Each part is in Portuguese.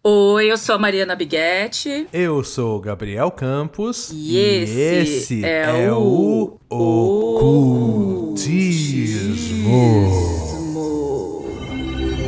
Oi, eu sou a Mariana Biguetti Eu sou o Gabriel Campos e e esse esse é é o o Ocultismo. Ocultismo.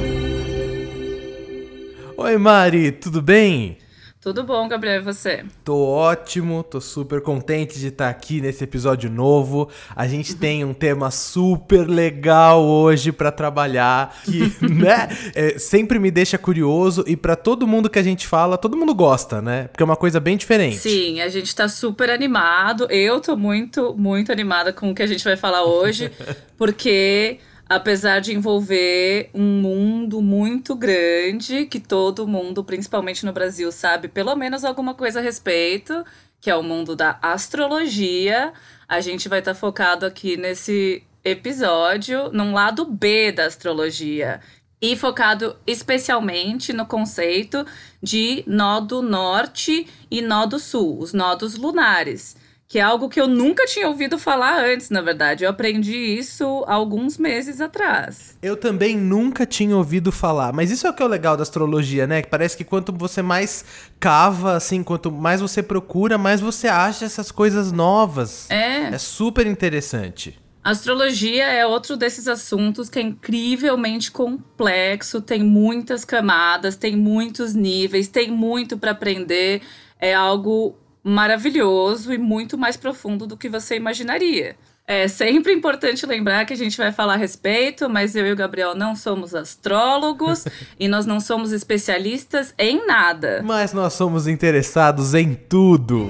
Oi, Mari, tudo bem? Tudo bom, Gabriel, e você? Tô ótimo, tô super contente de estar aqui nesse episódio novo. A gente tem um tema super legal hoje pra trabalhar, que, né, sempre me deixa curioso e pra todo mundo que a gente fala, todo mundo gosta, né? Porque é uma coisa bem diferente. Sim, a gente tá super animado. Eu tô muito, muito animada com o que a gente vai falar hoje, porque apesar de envolver um mundo muito grande, que todo mundo, principalmente no Brasil, sabe pelo menos alguma coisa a respeito, que é o mundo da astrologia, a gente vai estar focado aqui nesse episódio, num lado B da astrologia. E focado especialmente no conceito de nó do norte e nó do sul, os nodos lunares, que é algo que eu nunca tinha ouvido falar antes, na verdade. Eu aprendi isso há alguns meses atrás. Eu também nunca tinha ouvido falar, mas isso é o que é o legal da astrologia, né? Que parece que quanto você mais cava, assim, quanto mais você procura, mais você acha essas coisas novas. É, É super interessante. a astrologia é outro desses assuntos que é incrivelmente complexo, tem muitas camadas, tem muitos níveis, tem muito para aprender. É algo maravilhoso e muito mais profundo do que você imaginaria. É sempre importante lembrar que a gente vai falar a respeito, mas eu e o Gabriel não somos astrólogos e nós não somos especialistas em nada. Mas nós somos interessados em tudo.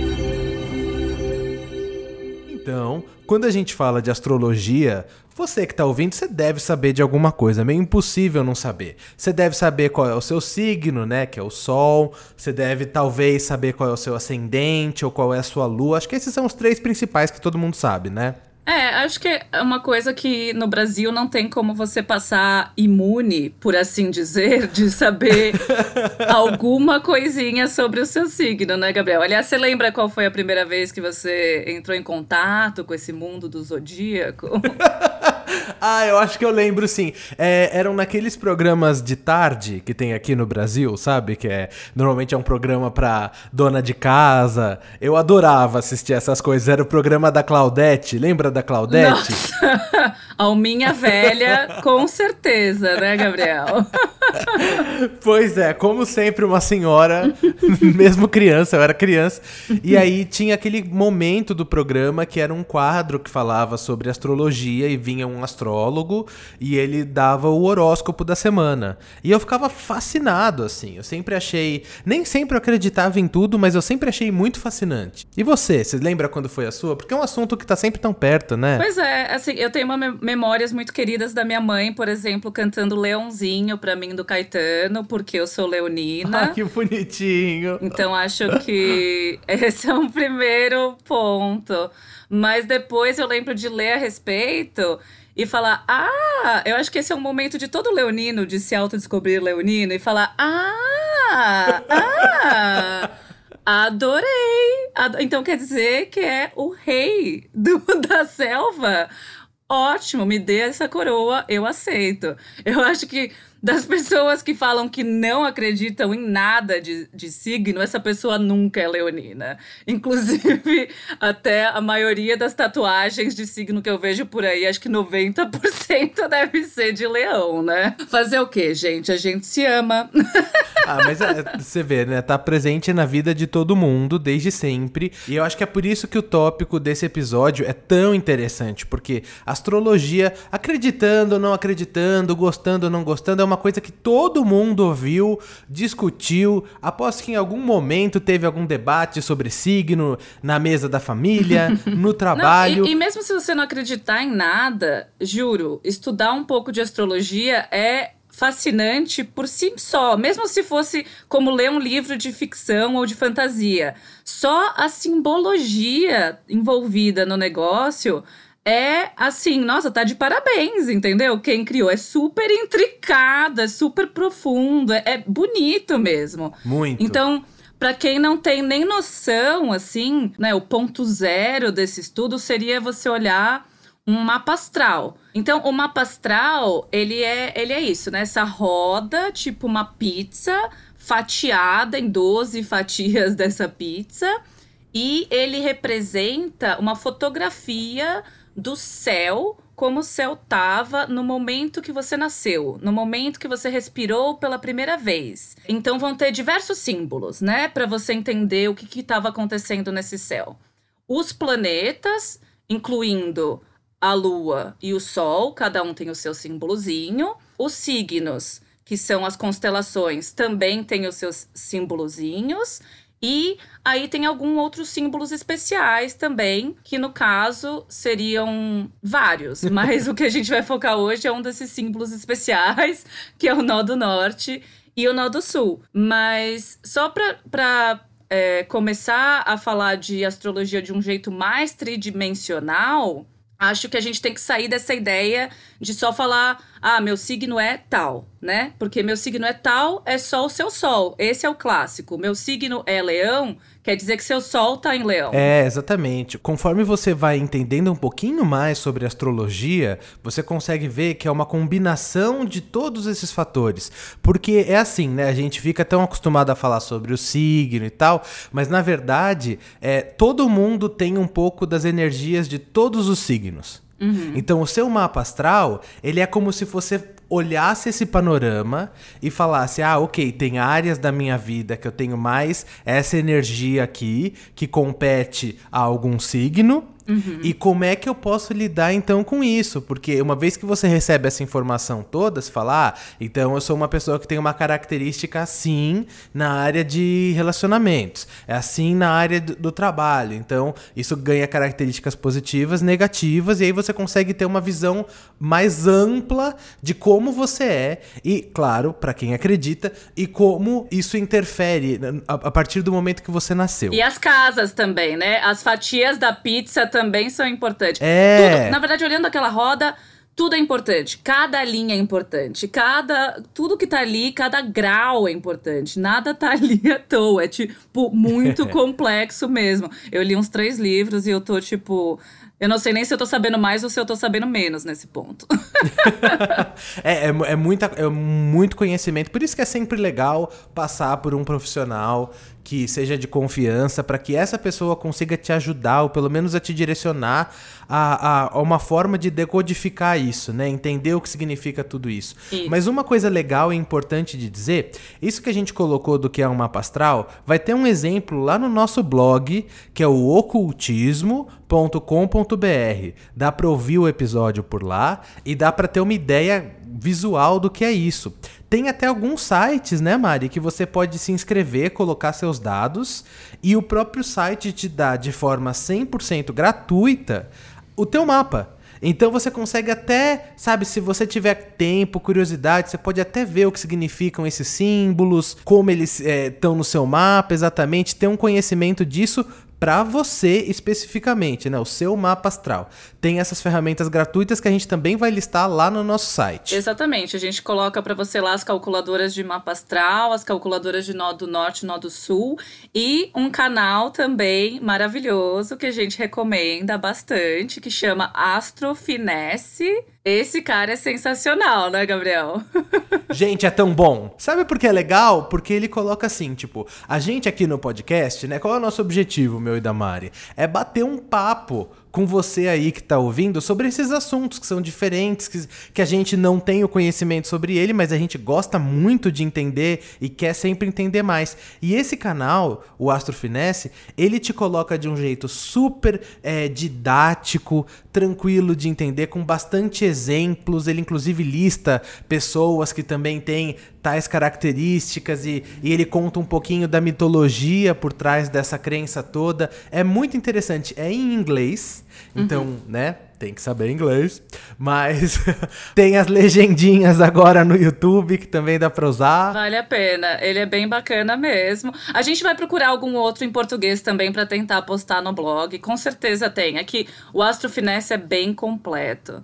Então, quando a gente fala de astrologia, você que tá ouvindo, você deve saber de alguma coisa. É meio impossível não saber. Você deve saber qual é o seu signo, né? Que é o Sol. Você deve talvez saber qual é o seu ascendente ou qual é a sua lua. Acho que esses são os três principais que todo mundo sabe, né? É, acho que é uma coisa que no Brasil não tem como você passar imune, por assim dizer, de saber alguma coisinha sobre o seu signo, né, Gabriel? Aliás, você lembra qual foi a primeira vez que você entrou em contato com esse mundo do zodíaco? Ah, eu acho que eu lembro sim. Eram naqueles programas de tarde que tem aqui no Brasil, sabe? Normalmente é um programa pra dona de casa. Eu adorava assistir essas coisas. Era o programa da Claudete. Lembra da Claudete? Nossa, alminha velha, com certeza, né, Gabriel? Pois é, como sempre, uma senhora, mesmo criança, eu era criança. E aí tinha aquele momento do programa que era um quadro que falava sobre astrologia e vinha um astrólogo e ele dava o horóscopo da semana. E eu ficava fascinado, assim. Eu sempre achei. Nem sempre eu acreditava em tudo, mas eu sempre achei muito fascinante. E você lembra quando foi a sua? Porque é um assunto que tá sempre tão perto, né? Pois é, assim, eu tenho memórias muito queridas da minha mãe, por exemplo, cantando Leãozinho pra mim do Caetano, porque eu sou Ah, leonina. que bonitinho. Então acho que esse é um primeiro ponto. Mas depois eu lembro de ler a respeito e falar: Ah, eu acho que esse é um momento de todo leonino de se autodescobrir leonino e falar: Adorei! Então quer dizer que é o rei da selva? Ótimo, me dê essa coroa, eu aceito. Eu acho que das pessoas que falam que não acreditam em nada de signo, essa pessoa nunca é leonina. Inclusive, até a maioria das tatuagens de signo que eu vejo por aí, acho que 90% deve ser de leão, né? Fazer o quê, gente? A gente se ama. Ah, mas você vê, né? Tá presente na vida de todo mundo, desde sempre. E eu acho que é por isso que o tópico desse episódio é tão interessante. Porque astrologia, acreditando ou não acreditando, gostando ou não gostando, é uma coisa que todo mundo ouviu, discutiu. Aposto que em algum momento teve algum debate sobre signo na mesa da família, no Não, trabalho. e mesmo se você não acreditar em nada, juro, estudar um pouco de astrologia é fascinante por si só, mesmo se fosse como ler um livro de ficção ou de fantasia. Só a simbologia envolvida no negócio é assim, nossa, tá de parabéns, entendeu? Quem criou é super intricado, é super profundo, é bonito mesmo. Muito. Então, para quem não tem nem noção, assim, né, o ponto zero desse estudo seria você olhar um mapa astral. Então, o mapa astral, ele é isso, né? Essa roda, tipo uma pizza, fatiada em 12 fatias dessa pizza. E ele representa uma fotografia do céu, como o céu estava no momento que você nasceu, no momento que você respirou pela primeira vez. Então vão ter diversos símbolos, né, para você entender o que estava acontecendo nesse céu. Os planetas, incluindo a Lua e o Sol, cada um tem o seu símbolozinho. Os signos, que são as constelações, também têm os seus símbolozinhos. E aí tem alguns outros símbolos especiais também, que no caso seriam vários. Mas o que a gente vai focar hoje é um desses símbolos especiais, que é o nó do norte e o nó do sul. Mas só para começar a falar de astrologia de um jeito mais tridimensional, acho que a gente tem que sair dessa ideia de só falar, meu signo é tal, né? Porque meu signo é tal, é só o seu sol. Esse é o clássico. Meu signo é leão, quer dizer que seu sol tá em leão. É, exatamente. Conforme você vai entendendo um pouquinho mais sobre astrologia, você consegue ver que é uma combinação de todos esses fatores. Porque é assim, né? A gente fica tão acostumado a falar sobre o signo e tal, mas na verdade, todo mundo tem um pouco das energias de todos os signos. Uhum. Então, o seu mapa astral, ele é como se você olhasse esse panorama e falasse, ok, tem áreas da minha vida que eu tenho mais essa energia aqui, que compete a algum signo. Uhum. E como é que eu posso lidar, então, com isso? Porque uma vez que você recebe essa informação toda, você fala, então eu sou uma pessoa que tem uma característica assim na área de relacionamentos, é assim na área do trabalho. Então, isso ganha características positivas, negativas, e aí você consegue ter uma visão mais ampla de como você é, e, claro, para quem acredita, e como isso interfere a partir do momento que você nasceu. E as casas também, né? As fatias da pizza também são importantes. Tudo, na verdade, olhando aquela roda, tudo é importante. Cada linha é importante. Tudo que tá ali, cada grau é importante. Nada tá ali à toa. É, tipo, muito complexo mesmo. Eu li uns 3 livros e eu tô, tipo... Eu não sei nem se eu tô sabendo mais ou se eu tô sabendo menos nesse ponto. É muito conhecimento. Por isso que é sempre legal passar por um profissional que seja de confiança, para que essa pessoa consiga te ajudar, ou pelo menos a te direcionar a uma forma de decodificar isso, né? Entender o que significa tudo isso. Mas uma coisa legal e importante de dizer, isso que a gente colocou do que é um mapa astral, vai ter um exemplo lá no nosso blog, que é o ocultismo.com.br. Dá para ouvir o episódio por lá e dá para ter uma ideia visual do que é isso. Tem até alguns sites, né, Mari, que você pode se inscrever, colocar seus dados, e o próprio site te dá de forma 100% gratuita o teu mapa. Então você consegue até, sabe, se você tiver tempo, curiosidade, você pode até ver o que significam esses símbolos, como eles estão no seu mapa exatamente, ter um conhecimento disso para você especificamente, né? O seu mapa astral. Tem essas ferramentas gratuitas que a gente também vai listar lá no nosso site. Exatamente. A gente coloca para você lá as calculadoras de mapa astral, as calculadoras de nó do norte, nó do sul e um canal também maravilhoso que a gente recomenda bastante, que chama Astrofinesse. Esse cara é sensacional, né, Gabriel? Gente, é tão bom. Sabe por que é legal? Porque ele coloca assim, tipo, a gente aqui no podcast, né? Qual é o nosso objetivo, meu e da Mari? É bater um papo com você aí que tá ouvindo sobre esses assuntos que são diferentes, que a gente não tem o conhecimento sobre ele, mas a gente gosta muito de entender e quer sempre entender mais. E esse canal, o Astrofinesse, ele te coloca de um jeito super didático, tranquilo de entender, com bastante exemplos. Ele inclusive lista pessoas que também têm tais características e ele conta um pouquinho da mitologia por trás dessa crença toda. É muito interessante. É em inglês, então, né, tem que saber inglês, mas tem as legendinhas agora no YouTube que também dá pra usar. Vale a pena, ele é bem bacana mesmo. A gente vai procurar algum outro em português também pra tentar postar no blog, com certeza tem. Aqui o Astrofinesse é bem completo.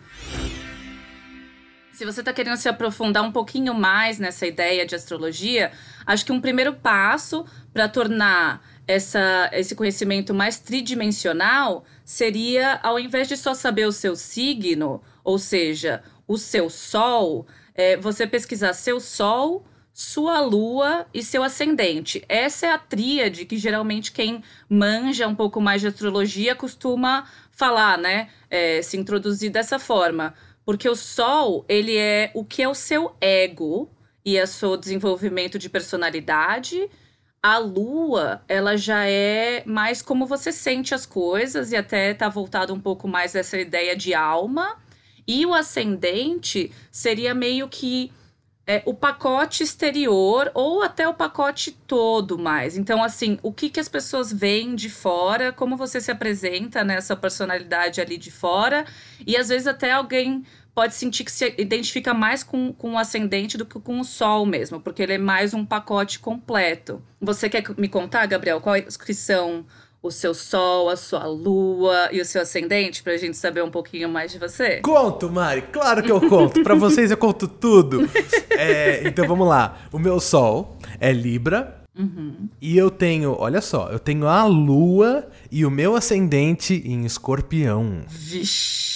Se você está querendo se aprofundar um pouquinho mais nessa ideia de astrologia, acho que um primeiro passo para tornar esse conhecimento mais tridimensional seria, ao invés de só saber o seu signo, ou seja, o seu sol, você pesquisar seu sol, sua lua e seu ascendente. Essa é a tríade que geralmente quem manja um pouco mais de astrologia costuma falar, né? Se introduzir dessa forma. Porque o Sol, ele é o que é o seu ego e o seu desenvolvimento de personalidade. A Lua, ela já é mais como você sente as coisas e até tá voltado um pouco mais a essa ideia de alma. E o ascendente seria meio que o pacote exterior ou até o pacote todo mais. Então, assim, o que as pessoas veem de fora, como você se apresenta, né, essa personalidade ali de fora, e às vezes até alguém pode sentir que se identifica mais com o ascendente do que com o sol mesmo, porque ele é mais um pacote completo. Você quer me contar, Gabriel, quais que são o seu sol, a sua lua e o seu ascendente, pra gente saber um pouquinho mais de você? Conto, Mari, claro que eu conto. Pra vocês eu conto tudo. Então vamos lá. O meu sol é Libra. E eu tenho, olha só, eu tenho a lua e o meu ascendente em Escorpião. Vixe!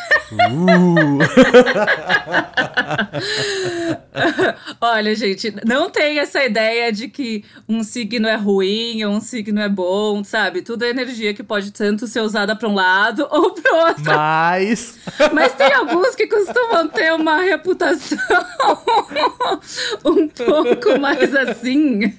Olha, gente, não tem essa ideia de que um signo é ruim ou um signo é bom, sabe? Tudo é energia que pode tanto ser usada para um lado ou para o outro. Mas tem alguns que costumam ter uma reputação um pouco mais assim.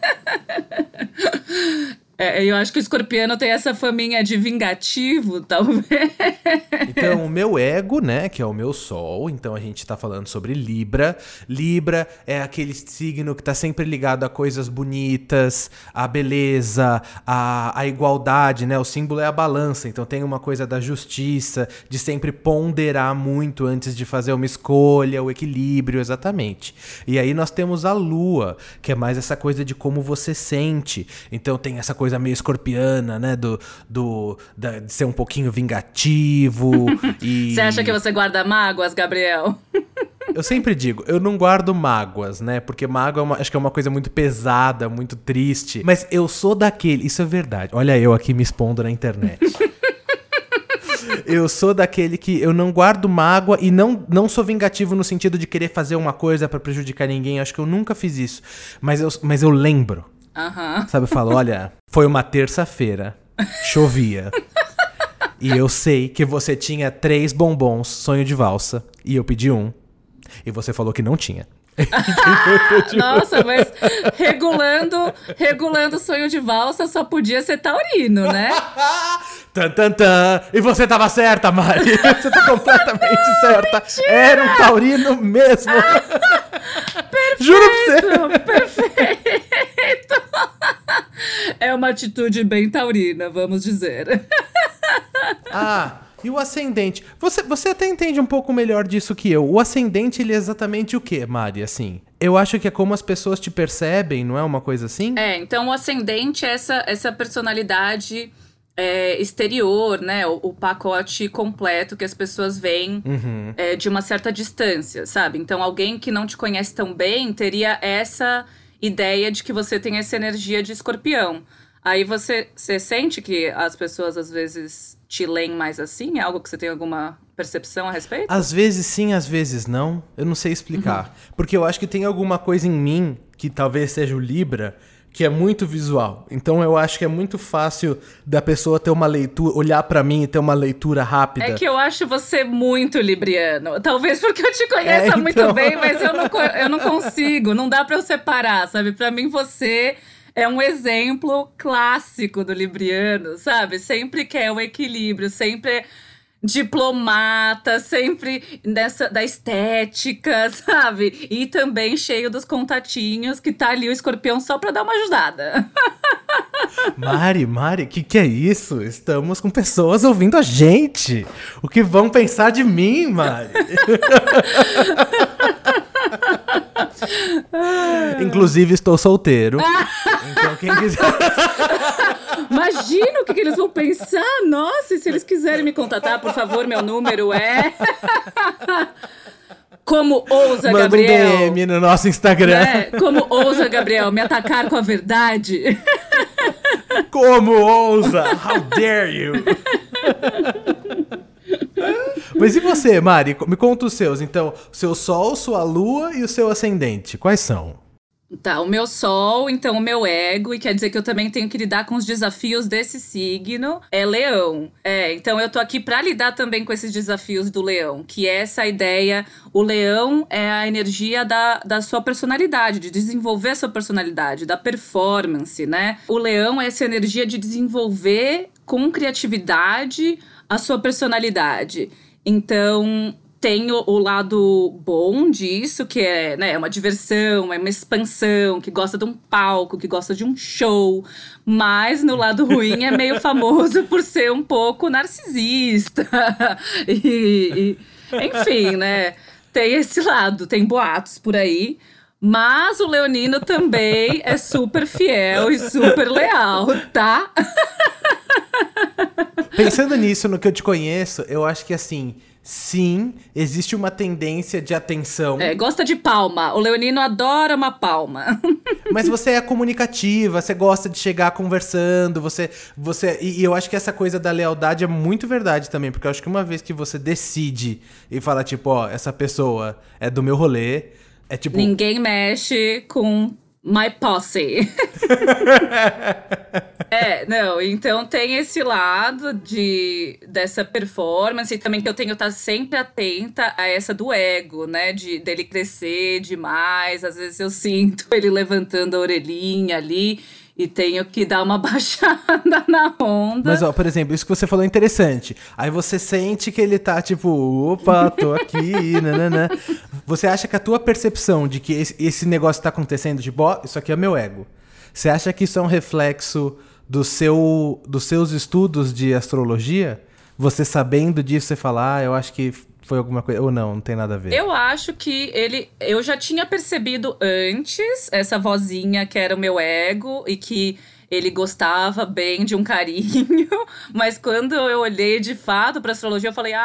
Eu acho que o escorpiano tem essa faminha de vingativo, talvez. Então, o meu ego, né, que é o meu sol, então a gente tá falando sobre Libra. Libra é aquele signo que tá sempre ligado a coisas bonitas, a beleza, a igualdade, né? O símbolo é a balança, então tem uma coisa da justiça, de sempre ponderar muito antes de fazer uma escolha, o equilíbrio, exatamente. E aí nós temos a lua, que é mais essa coisa de como você sente. Então tem essa coisa meio escorpiana, né? De ser um pouquinho vingativo. E... Você acha que você guarda mágoas, Gabriel? Eu sempre digo, eu não guardo mágoas, né? Porque mágoa acho que é uma coisa muito pesada, muito triste. Mas eu sou daquele, isso é verdade. Olha eu aqui me expondo na internet. Eu sou daquele que eu não guardo mágoa e não sou vingativo no sentido de querer fazer uma coisa pra prejudicar ninguém. Acho que eu nunca fiz isso. Mas eu lembro. Sabe, eu falo, olha, foi uma terça-feira, chovia. E eu sei que você tinha 3 bombons sonho de valsa. E eu pedi um. E você falou que não tinha. Nossa, mas regulando sonho de valsa só podia ser taurino, né? Tan. E você tava certa, Mari. Você tá completamente certa. Mentira! Era um taurino mesmo. Perfeito, juro pra você. Perfeito. É uma atitude bem taurina, vamos dizer. E o ascendente? Você até entende um pouco melhor disso que eu. O ascendente, ele é exatamente o quê, Mari? Assim, eu acho que é como as pessoas te percebem, não é uma coisa assim? Então o ascendente é essa personalidade exterior, né? O pacote completo que as pessoas veem de uma certa distância, sabe? Então alguém que não te conhece tão bem teria essa ideia de que você tem essa energia de escorpião. Aí você sente que as pessoas às vezes te leem mais assim? É algo que você tem alguma percepção a respeito? Às vezes sim, às vezes não. Eu não sei explicar. Porque eu acho que tem alguma coisa em mim, que talvez seja o Libra, que é muito visual. Então eu acho que é muito fácil da pessoa ter uma leitura, olhar pra mim e ter uma leitura rápida. É que eu acho você muito libriano. Talvez porque eu te conheça muito bem, mas eu não consigo. Não dá pra eu separar, sabe? Pra mim você é um exemplo clássico do libriano, sabe? Sempre quer o equilíbrio, sempre diplomata, sempre da estética, sabe? E também cheio dos contatinhos, que tá ali o escorpião só pra dar uma ajudada. Mari, que é isso? Estamos com pessoas ouvindo a gente. O que vão pensar de mim, Mari? Inclusive, estou solteiro. Então, quem quiser... Imagina o que eles vão pensar. Nossa, e se eles quiserem me contatar, por favor, meu número é... Como ousa, Manda Gabriel. um DM no nosso Instagram. Como ousa, Gabriel, me atacar com a verdade. Como ousa? How dare you? Mas e você, Mari? Me conta os seus. Então, o seu sol, sua lua e o seu ascendente. Quais são? Tá, o meu sol, então o meu ego, e quer dizer que eu também tenho que lidar com os desafios desse signo, é leão. Então eu tô aqui pra lidar também com esses desafios do leão, que é essa ideia, o leão é a energia da sua personalidade, de desenvolver a sua personalidade, da performance, né? O leão é essa energia de desenvolver com criatividade a sua personalidade. Então, tem o lado bom disso, que é, né, uma diversão, é uma expansão, que gosta de um palco, que gosta de um show. Mas no lado ruim é meio famoso por ser um pouco narcisista. Enfim, né? Tem esse lado, tem boatos por aí. Mas o leonino também é super fiel e super leal, tá? Pensando nisso, no que eu te conheço, eu acho que assim, sim, existe uma tendência de atenção. Gosta de palma. O leonino adora uma palma. Mas você é comunicativa, você gosta de chegar conversando, e eu acho que essa coisa da lealdade é muito verdade também, porque eu acho que uma vez que você decide e fala, tipo, ó, essa pessoa é do meu rolê, é tipo... Ninguém mexe com my posse. Não, então tem esse lado dessa performance, e também que eu tenho que estar sempre atenta a essa do ego, né, dele crescer demais. Às vezes eu sinto ele levantando a orelhinha ali e tenho que dar uma baixada na onda. Mas, ó, por exemplo, isso que você falou é interessante. Aí você sente que ele tá tipo, opa, tô aqui, nananã. Você acha que a tua percepção de que esse negócio tá acontecendo, tipo, ó, isso aqui é meu ego. Você acha que isso é um reflexo dos seus estudos de astrologia? Você sabendo disso, você fala, eu acho que foi alguma coisa... Ou não tem nada a ver. Eu acho que eu já tinha percebido antes essa vozinha que era o meu ego e que ele gostava bem de um carinho, mas quando eu olhei de fato para astrologia, eu falei,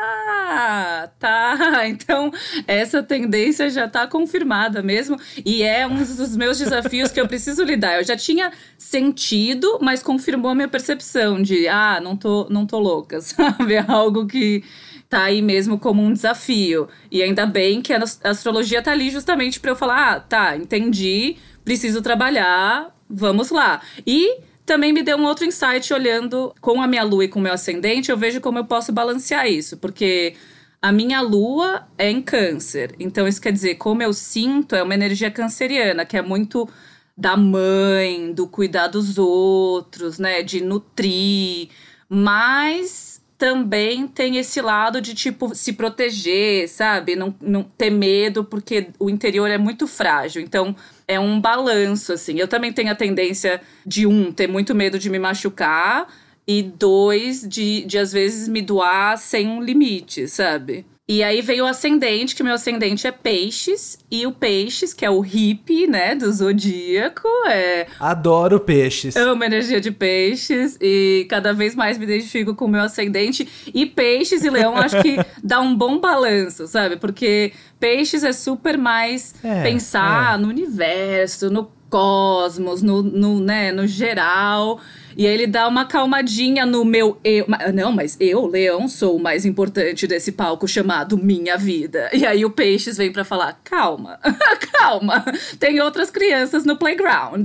tá, então essa tendência já tá confirmada mesmo, e é um dos meus desafios que eu preciso lidar. Eu já tinha sentido, mas confirmou a minha percepção de, não tô louca, sabe? É algo que tá aí mesmo como um desafio. E ainda bem que a astrologia tá ali justamente pra eu falar, tá, entendi, preciso trabalhar, vamos lá. E também me deu um outro insight olhando com a minha lua e com o meu ascendente, eu vejo como eu posso balancear isso, porque a minha lua é em câncer. Então isso quer dizer, como eu sinto, é uma energia canceriana, que é muito da mãe, do cuidar dos outros, né, de nutrir, mas também tem esse lado de, tipo, se proteger, sabe? Não ter medo, porque o interior é muito frágil. Então, é um balanço, assim. Eu também tenho a tendência de, ter muito medo de me machucar, e 2, de às vezes me doar sem um limite, sabe? E aí veio o ascendente, que meu ascendente é peixes, e o peixes, que é o hippie, né, do zodíaco, Adoro peixes. Amo energia de peixes, e cada vez mais me identifico com o meu ascendente. E peixes e leão, acho que dá um bom balanço, sabe? Porque peixes é super mais pensar no universo, no cosmos, no geral. E aí ele dá uma calmadinha no meu eu. Não, mas eu, leão, sou o mais importante desse palco chamado Minha Vida. E aí o Peixes vem pra falar, calma, calma, tem outras crianças no playground.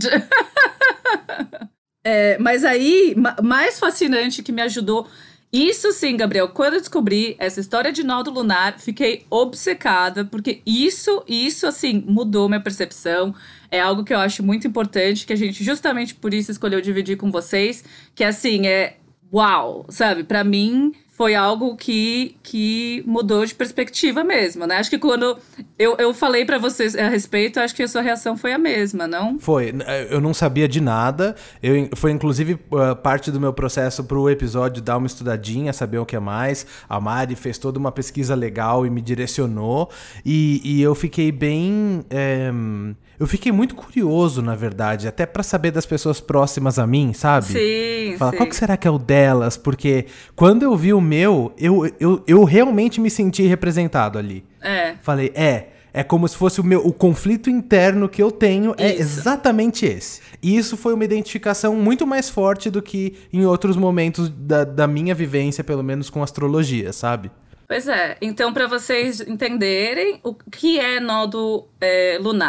Mas aí, mais fascinante que me ajudou... Isso sim, Gabriel, quando eu descobri essa história de nódulo lunar, fiquei obcecada, porque isso, assim, mudou minha percepção. É algo que eu acho muito importante, que a gente justamente por isso escolheu dividir com vocês, que assim, uau, sabe? Pra mim, foi algo que mudou de perspectiva mesmo, né? Acho que quando eu falei pra vocês a respeito, acho que a sua reação foi a mesma, não? Foi. Eu não sabia de nada. Foi, inclusive, parte do meu processo pro episódio dar uma estudadinha, saber o que é mais. A Mari fez toda uma pesquisa legal e me direcionou. E eu fiquei bem... Eu fiquei muito curioso, na verdade, até pra saber das pessoas próximas a mim, sabe? Sim, Fala, sim. qual que será que é o delas? Porque quando eu vi o meu, eu realmente me senti representado ali. Falei, é como se fosse o conflito interno que eu tenho, é exatamente esse. E isso foi uma identificação muito mais forte do que em outros momentos da minha vivência, pelo menos com astrologia, sabe? Pois é, então para vocês entenderem o que é nódo lunar.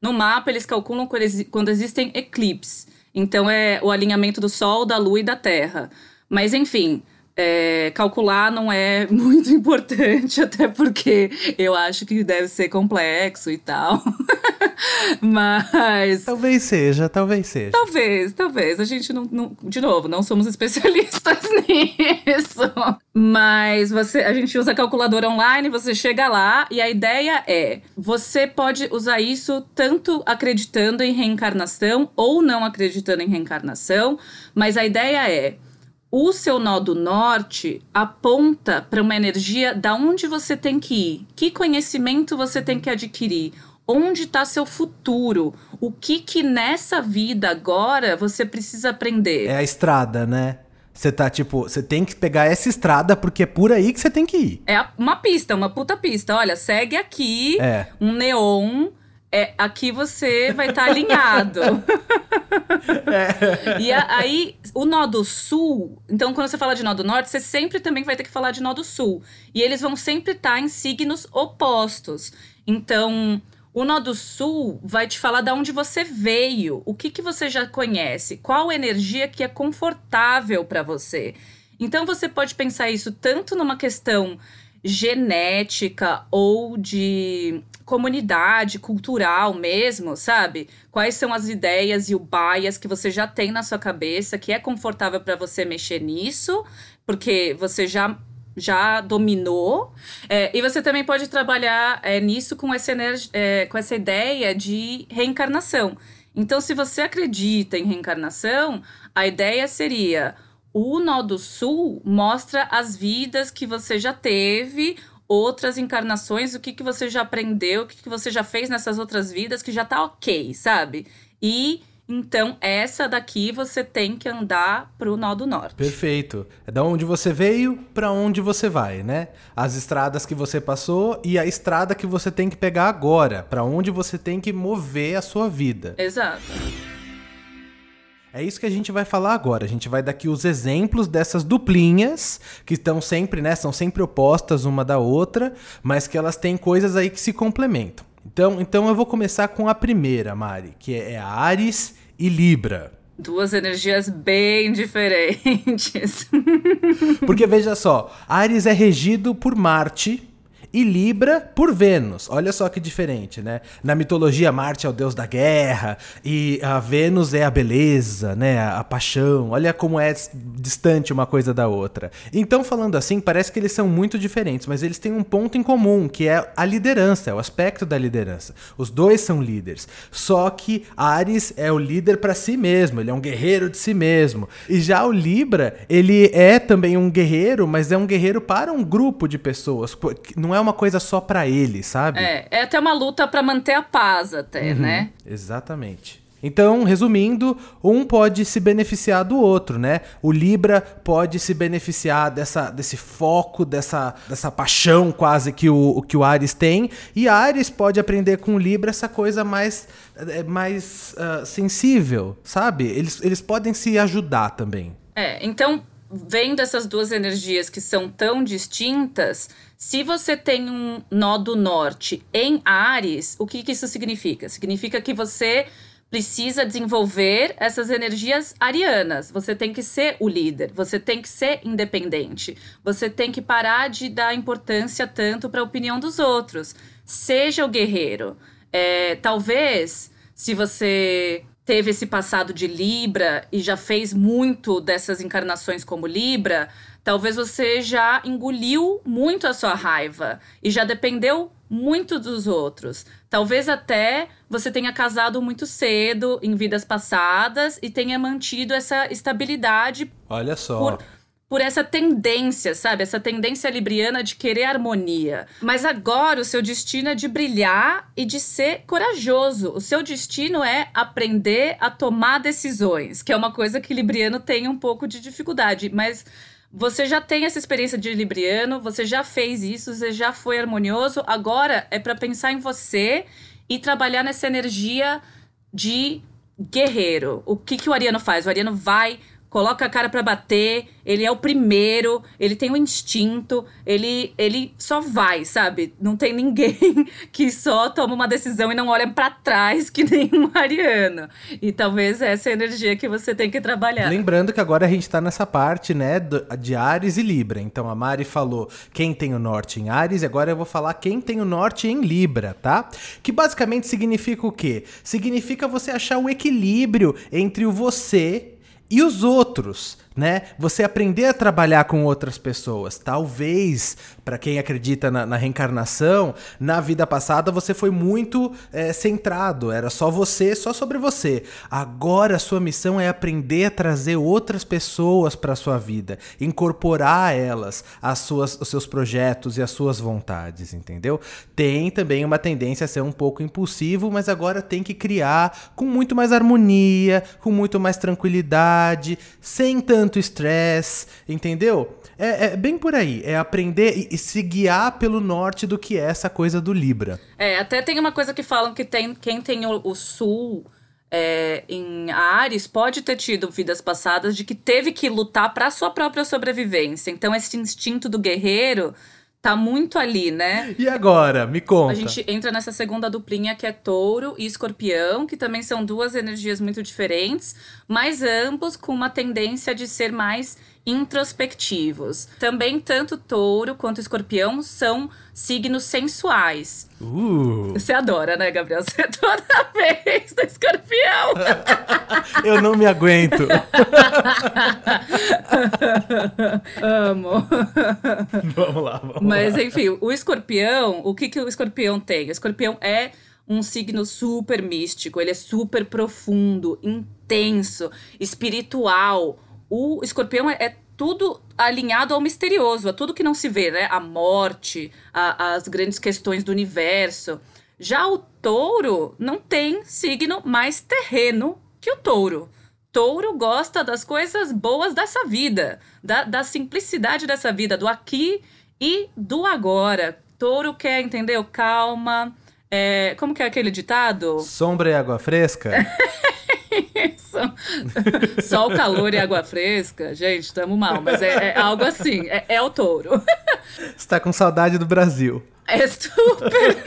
No mapa, eles calculam quando existem eclipses. Então, é o alinhamento do Sol, da Lua e da Terra. Mas, enfim, calcular não é muito importante, até porque eu acho que deve ser complexo e tal. Mas... Talvez seja, talvez seja. Talvez. A gente de novo, não somos especialistas nisso. Mas a gente usa a calculadora online, você chega lá e a ideia é, você pode usar isso tanto acreditando em reencarnação ou não acreditando em reencarnação, mas a ideia é, o seu nó do norte aponta para uma energia da onde você tem que ir, que conhecimento você tem que adquirir, onde está seu futuro, o que nessa vida agora você precisa aprender. É a estrada, né? Você tá tipo, você tem que pegar essa estrada porque é por aí que você tem que ir. É uma pista, uma puta pista. Olha, segue aqui, um neon, aqui você vai estar alinhado. E aí, o nó do sul... Então, quando você fala de nó do norte, você sempre também vai ter que falar de nó do sul. E eles vão sempre estar em signos opostos. Então, o nó do sul vai te falar de onde você veio. O que você já conhece. Qual energia que é confortável para você. Então, você pode pensar isso tanto numa questão genética ou de comunidade, cultural mesmo, sabe? Quais são as ideias e o bias que você já tem na sua cabeça, que é confortável para você mexer nisso, porque você já dominou. E você também pode trabalhar nisso com essa ideia de reencarnação. Então, se você acredita em reencarnação, a ideia seria... O nó do sul mostra as vidas que você já teve, outras encarnações, o que você já aprendeu, o que você já fez nessas outras vidas, que já tá ok, sabe? E então essa daqui você tem que andar pro nó do norte. Perfeito. É da onde você veio pra onde você vai, né? As estradas que você passou e a estrada que você tem que pegar agora, pra onde você tem que mover a sua vida. Exato. É isso que a gente vai falar agora. A gente vai dar aqui os exemplos dessas duplinhas que estão sempre, né? São sempre opostas uma da outra, mas que elas têm coisas aí que se complementam. Então eu vou começar com a primeira, Mari, que é Áries e Libra. Duas energias bem diferentes. Porque veja só, Áries é regido por Marte e Libra por Vênus. Olha só que diferente, né? Na mitologia, Marte é o deus da guerra e a Vênus é a beleza, né? A paixão. Olha como é distante uma coisa da outra. Então, falando assim, parece que eles são muito diferentes, mas eles têm um ponto em comum, que é a liderança, é o aspecto da liderança. Os dois são líderes. Só que Áries é o líder para si mesmo, ele é um guerreiro de si mesmo. E já o Libra, ele é também um guerreiro, mas é um guerreiro para um grupo de pessoas. Não é uma coisa só pra ele, sabe? É até uma luta pra manter a paz até, né? Exatamente. Então, resumindo, um pode se beneficiar do outro, né? O Libra pode se beneficiar desse foco, dessa paixão quase que o Áries tem, e Áries pode aprender com o Libra essa coisa mais sensível, sabe? Eles podem se ajudar também. Então... Vendo essas duas energias que são tão distintas, se você tem um nó do norte em Áries, o que isso significa? Significa que você precisa desenvolver essas energias arianas. Você tem que ser o líder, você tem que ser independente, você tem que parar de dar importância tanto para a opinião dos outros. Seja o guerreiro. Talvez, se você... teve esse passado de Libra e já fez muito dessas encarnações como Libra, talvez você já engoliu muito a sua raiva e já dependeu muito dos outros. Talvez até você tenha casado muito cedo em vidas passadas e tenha mantido essa estabilidade. Olha só. Por essa tendência, sabe? Essa tendência libriana de querer harmonia. Mas agora o seu destino é de brilhar e de ser corajoso. O seu destino é aprender a tomar decisões, que é uma coisa que libriano tem um pouco de dificuldade. Mas você já tem essa experiência de libriano, você já fez isso, você já foi harmonioso. Agora é para pensar em você e trabalhar nessa energia de guerreiro. O que o ariano faz? O ariano vai coloca a cara pra bater, ele é o primeiro, ele tem o instinto, ele só vai, sabe? Não tem ninguém que só toma uma decisão e não olha pra trás, que nem um ariano. E talvez essa é a energia que você tem que trabalhar. Lembrando que agora a gente tá nessa parte, né, de Áries e Libra. Então a Mari falou quem tem o norte em Áries, e agora eu vou falar quem tem o norte em Libra, tá? Que basicamente significa o quê? Significa você achar o equilíbrio entre o você e os outros, né? Você aprender a trabalhar com outras pessoas. Talvez, para quem acredita na reencarnação, na vida passada você foi muito centrado. Era só você, só sobre você. Agora a sua missão é aprender a trazer outras pessoas para a sua vida. Incorporar elas, os seus projetos e as suas vontades, entendeu? Tem também uma tendência a ser um pouco impulsivo, mas agora tem que criar com muito mais harmonia, com muito mais tranquilidade, sem tanto estresse, entendeu? É bem por aí, é aprender e se guiar pelo norte do que é essa coisa do Libra. Até tem uma coisa que falam que quem tem o sul em Áries pode ter tido vidas passadas de que teve que lutar para sua própria sobrevivência. Então esse instinto do guerreiro tá muito ali, né? E agora? Me conta. A gente entra nessa segunda duplinha que é Touro e Escorpião, que também são duas energias muito diferentes, mas ambos com uma tendência de ser mais introspectivos. Também tanto Touro quanto Escorpião são signos sensuais. Você adora, né, Gabriel? Você toda vez do Escorpião. Eu não me aguento. Amo. Vamos lá. Mas, enfim, o Escorpião, o que o Escorpião tem? O Escorpião é um signo super místico, ele é super profundo, intenso, espiritual. O Escorpião é tudo alinhado ao misterioso, a tudo que não se vê, né? A morte, as grandes questões do universo. Já o Touro não tem signo mais terreno que o Touro. Touro gosta das coisas boas dessa vida, da simplicidade dessa vida, do aqui e do agora. Touro quer, entendeu? Calma. Como que é aquele ditado? Sombra e água fresca? Sol, calor e água fresca. Gente, tamo mal, mas é algo assim. É o Touro. Você tá com saudade do Brasil. É super.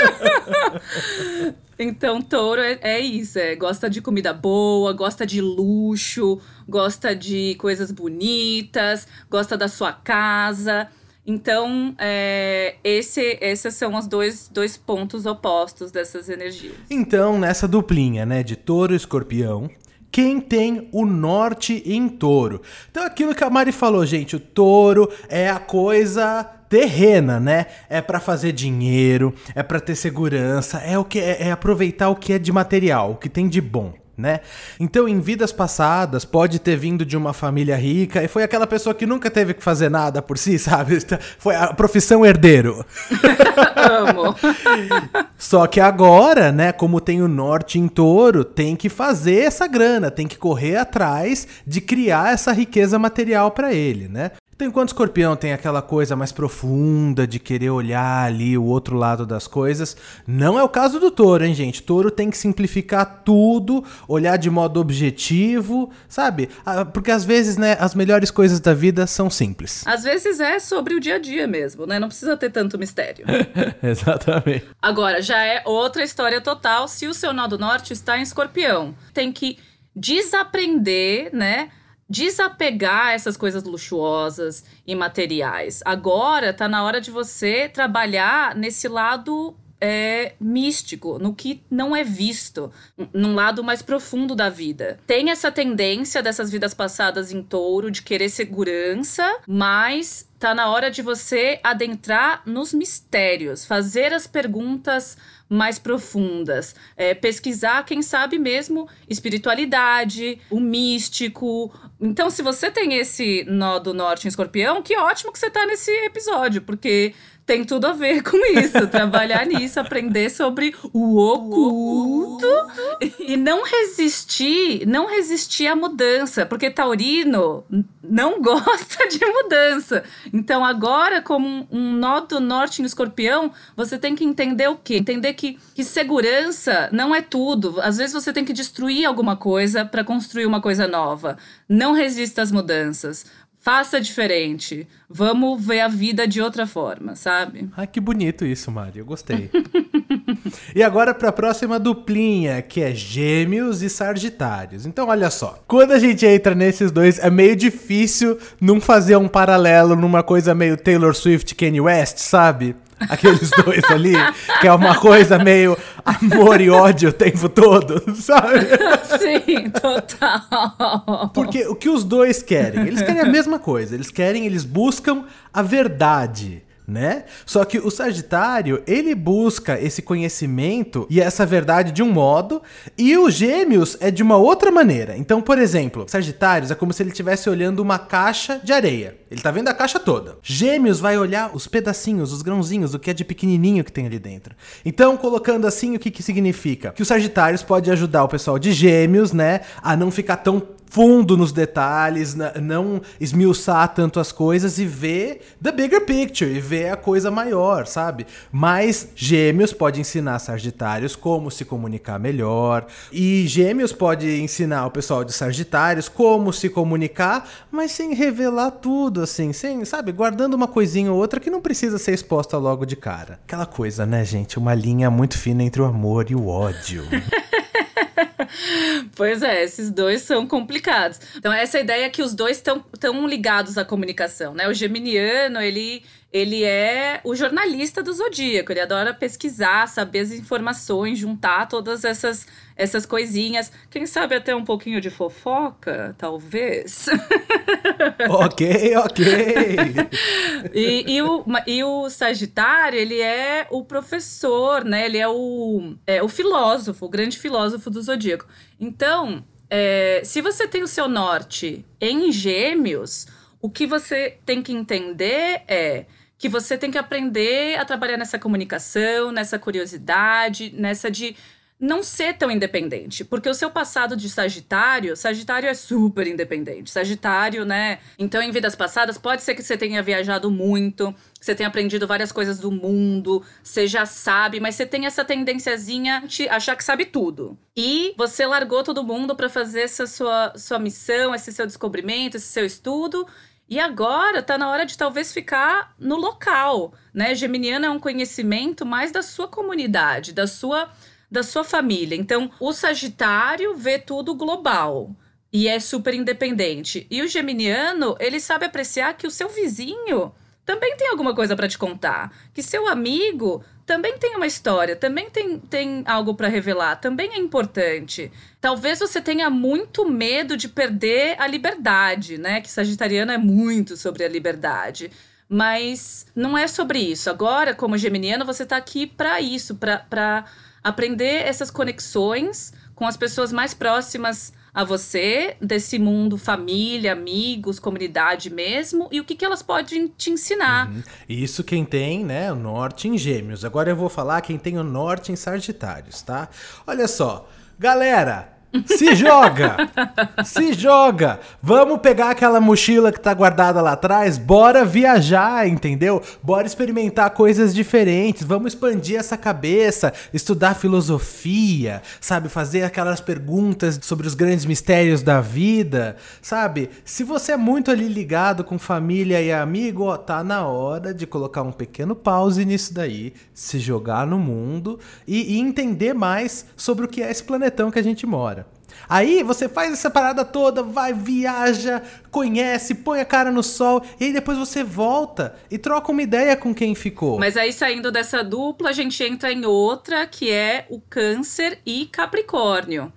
Então, Touro é isso. Gosta de comida boa, gosta de luxo, gosta de coisas bonitas, gosta da sua casa. Então, esses são os dois pontos opostos dessas energias. Então, nessa duplinha, né, de Touro e Escorpião, quem tem o norte em Touro? Então, aquilo que a Mari falou, gente, o Touro é a coisa terrena, né? É pra fazer dinheiro, é pra ter segurança, é aproveitar o que é de material, o que tem de bom, né? Então, em vidas passadas, pode ter vindo de uma família rica e foi aquela pessoa que nunca teve que fazer nada por si, sabe? Foi a profissão herdeiro. Amo. Só que agora, né, como tem o norte em Touro, tem que fazer essa grana, tem que correr atrás de criar essa riqueza material pra ele, né? Então, enquanto o Escorpião tem aquela coisa mais profunda de querer olhar ali o outro lado das coisas, não é o caso do Touro, hein, gente? Touro tem que simplificar tudo, olhar de modo objetivo, sabe? Porque às vezes, né, as melhores coisas da vida são simples. Às vezes é sobre o dia a dia mesmo, né? Não precisa ter tanto mistério. Exatamente. Agora, já é outra história total se o seu nó do norte está em Escorpião. Tem que desaprender, né? Desapegar essas coisas luxuosas e materiais. Agora tá na hora de você trabalhar nesse lado místico, no que não é visto, num lado mais profundo da vida. Tem essa tendência dessas vidas passadas em Touro de querer segurança, mas tá na hora de você adentrar nos mistérios, fazer as perguntas mais profundas, pesquisar, quem sabe mesmo, espiritualidade, o místico. Então, se você tem esse nó do norte em Escorpião, que ótimo que você tá nesse episódio, porque tem tudo a ver com isso. Trabalhar nisso, aprender sobre o oculto e não resistir à mudança, porque taurino não gosta de mudança. Então agora, como um nó do norte no escorpião, você tem que entender o quê? Entender que segurança não é tudo. Às vezes você tem que destruir alguma coisa para construir uma coisa nova. Não resista às mudanças. Faça diferente. Vamos ver a vida de outra forma, sabe? Ai, que bonito isso, Mari. Eu gostei. E agora para a próxima duplinha, que é Gêmeos e Sagitários. Então, olha só. Quando a gente entra nesses dois, é meio difícil não fazer um paralelo numa coisa meio Taylor Swift e Kanye West, sabe? Aqueles dois ali, que é uma coisa meio amor e ódio o tempo todo, sabe? Sim, total. Porque o que os dois querem? Eles querem a mesma coisa. Eles buscam a verdade, né? Só que o Sagitário, ele busca esse conhecimento e essa verdade de um modo, e o Gêmeos é de uma outra maneira. Então, por exemplo, Sagitários é como se ele estivesse olhando uma caixa de areia. Ele tá vendo a caixa toda. Gêmeos vai olhar os pedacinhos, os grãozinhos, o que é de pequenininho que tem ali dentro. Então, colocando assim, o que que significa? Que o Sagitários pode ajudar o pessoal de Gêmeos, né, a não ficar tão fundo nos detalhes, não esmiuçar tanto as coisas e ver the bigger picture, e ver a coisa maior, sabe? Mas Gêmeos pode ensinar Sagitários como se comunicar melhor, e Gêmeos pode ensinar o pessoal de Sagitários como se comunicar, mas sem revelar tudo, assim, sem, sabe? Guardando uma coisinha ou outra que não precisa ser exposta logo de cara. Aquela coisa, né, gente? Uma linha muito fina entre o amor e o ódio. Pois é, esses dois são complicados. Então, essa ideia é que os dois estão ligados à comunicação, né? O geminiano, ele é o jornalista do zodíaco. Ele adora pesquisar, saber as informações, juntar todas essas coisinhas. Quem sabe até um pouquinho de fofoca, talvez. Ok. E o Sagitário, ele é o professor, né? Ele é o filósofo, o grande filósofo do zodíaco. Então, se você tem o seu norte em Gêmeos, o que você tem que entender é que você tem que aprender a trabalhar nessa comunicação, nessa curiosidade, nessa de não ser tão independente. Porque o seu passado de Sagitário é super independente. Sagitário, né? Então, em vidas passadas, pode ser que você tenha viajado muito, que você tenha aprendido várias coisas do mundo, você já sabe, mas você tem essa tendênciazinha de achar que sabe tudo. E você largou todo mundo para fazer essa sua missão, esse seu descobrimento, esse seu estudo. E agora tá na hora de talvez ficar no local, né? Geminiano é um conhecimento mais da sua comunidade, da sua família. Então, o Sagitário vê tudo global e é super independente. E o geminiano, ele sabe apreciar que o seu vizinho também tem alguma coisa para te contar. Que seu amigo também tem uma história, também tem algo para revelar, também é importante. Talvez você tenha muito medo de perder a liberdade, né? Que sagitariano é muito sobre a liberdade. Mas não é sobre isso. Agora, como geminiano, você tá aqui para isso, para aprender essas conexões com as pessoas mais próximas a você, desse mundo, família, amigos, comunidade mesmo, e o que elas podem te ensinar. Isso quem tem, né, o norte em Gêmeos. Agora eu vou falar quem tem o norte em Sagitários, tá? Olha só, galera, se joga! Se joga! Vamos pegar aquela mochila que tá guardada lá atrás, bora viajar, entendeu? Bora experimentar coisas diferentes, vamos expandir essa cabeça, estudar filosofia, sabe? Fazer aquelas perguntas sobre os grandes mistérios da vida, sabe? Se você é muito ali ligado com família e amigo, ó, tá na hora de colocar um pequeno pause nisso daí, se jogar no mundo e entender mais sobre o que é esse planetão que a gente mora. Aí você faz essa parada toda, vai, viaja, conhece, põe a cara no sol, e aí depois você volta e troca uma ideia com quem ficou. Mas aí, saindo dessa dupla, a gente entra em outra, que é o Câncer e Capricórnio.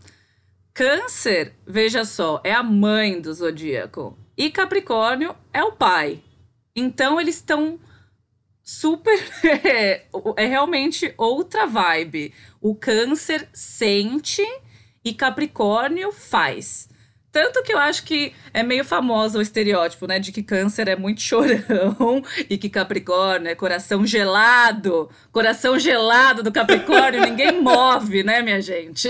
Câncer, veja só, é a mãe do zodíaco. E Capricórnio é o pai. Então, eles estão super... é realmente outra vibe. O Câncer sente... E Capricórnio faz. Tanto que eu acho que é meio famoso o estereótipo, né? De que câncer é muito chorão e que Capricórnio é coração gelado. Coração gelado do Capricórnio, ninguém move, né, minha gente?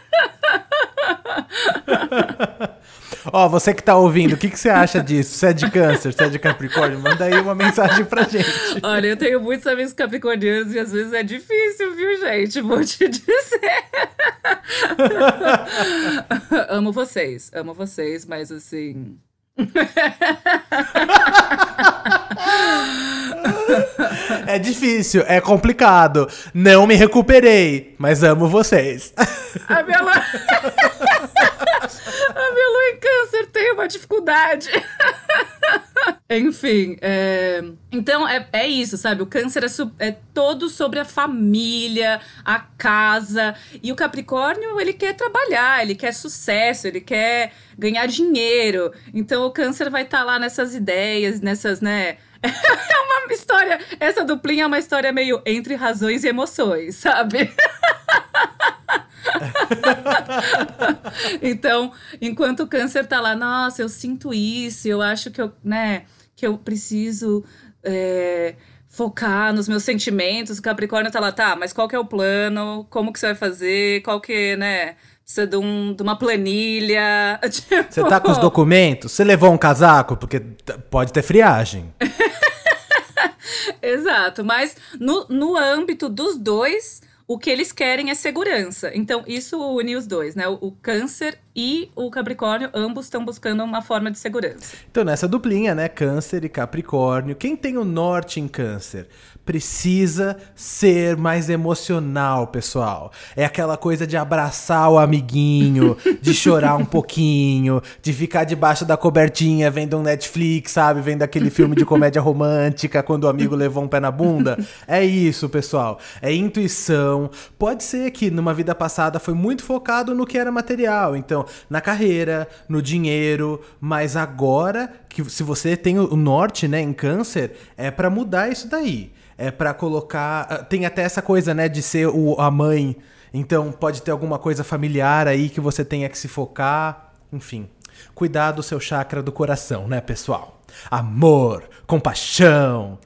Ó, você que tá ouvindo, o que você acha disso? Você é de câncer, você é de Capricórnio? Manda aí uma mensagem pra gente. Olha, eu tenho muitos amigos capricornianos e às vezes é difícil, viu, gente? Vou te dizer. Amo vocês, mas assim. É difícil, é complicado. Não me recuperei, mas amo vocês. A minha lua... A minha lua em câncer tem uma dificuldade. Enfim, então é isso, sabe? O câncer é todo sobre a família, a casa. E o Capricórnio, ele quer trabalhar, ele quer sucesso, ele quer ganhar dinheiro. Então o câncer vai estar lá nessas ideias, nessas, né? É uma história... Essa duplinha é uma história meio entre razões e emoções, sabe? Então, enquanto o câncer tá lá, nossa, eu sinto isso, eu acho que eu preciso focar nos meus sentimentos. O Capricórnio tá lá, tá, mas qual que é o plano? Como que você vai fazer? Qual que, né? Precisa de uma planilha. Tipo... Você tá com os documentos? Você levou um casaco? Porque pode ter friagem. Exato, mas no âmbito dos dois, o que eles querem é segurança. Então, isso une os dois, né? O câncer e o Capricórnio, ambos estão buscando uma forma de segurança. Então, nessa duplinha, né? Câncer e Capricórnio. Quem tem o norte em câncer precisa ser mais emocional, pessoal. É aquela coisa de abraçar o amiguinho, de chorar um pouquinho, de ficar debaixo da cobertinha vendo um Netflix, sabe? Vendo aquele filme de comédia romântica quando o amigo levou um pé na bunda. É isso, pessoal. É intuição. Pode ser que numa vida passada foi muito focado no que era material. Então, na carreira, no dinheiro, mas agora, que se você tem o norte, né, em câncer, é pra mudar isso daí. É pra colocar... Tem até essa coisa, né, de ser a mãe. Então, pode ter alguma coisa familiar aí que você tenha que se focar. Enfim, cuidar do seu chakra do coração, né, pessoal? Amor, compaixão,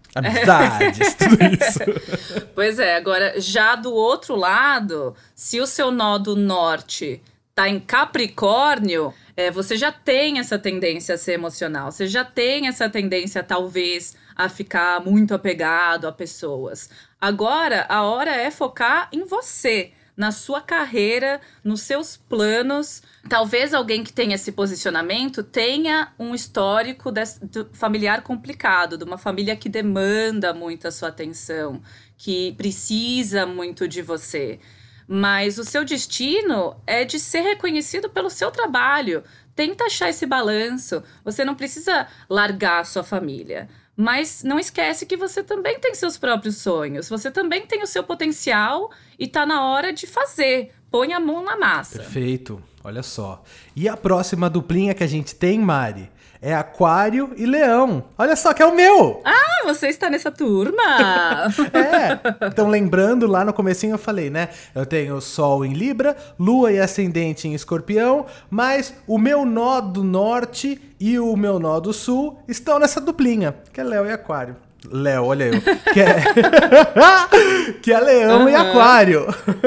amizades, tudo isso. Pois é, agora, já do outro lado, se o seu nó do norte tá em Capricórnio, você já tem essa tendência a ser emocional. Você já tem essa tendência, talvez, a ficar muito apegado a pessoas. Agora, a hora é focar em você, na sua carreira, nos seus planos. Talvez alguém que tenha esse posicionamento tenha um histórico familiar complicado, de uma família que demanda muito a sua atenção, que precisa muito de você. Mas o seu destino é de ser reconhecido pelo seu trabalho. Tenta achar esse balanço. Você não precisa largar a sua família. Mas não esquece que você também tem seus próprios sonhos. Você também tem o seu potencial e tá na hora de fazer. Põe a mão na massa. Perfeito. Olha só. E a próxima duplinha que a gente tem, Mari, é Aquário e Leão. Olha só, que é o meu! Ah, você está nessa turma! Então lembrando, lá no comecinho eu falei, né? Eu tenho Sol em Libra, Lua e Ascendente em Escorpião, mas o meu nó do Norte e o meu nó do Sul estão nessa duplinha, que é Leão e Aquário. Léo, olha eu. Que é Leão e Aquário.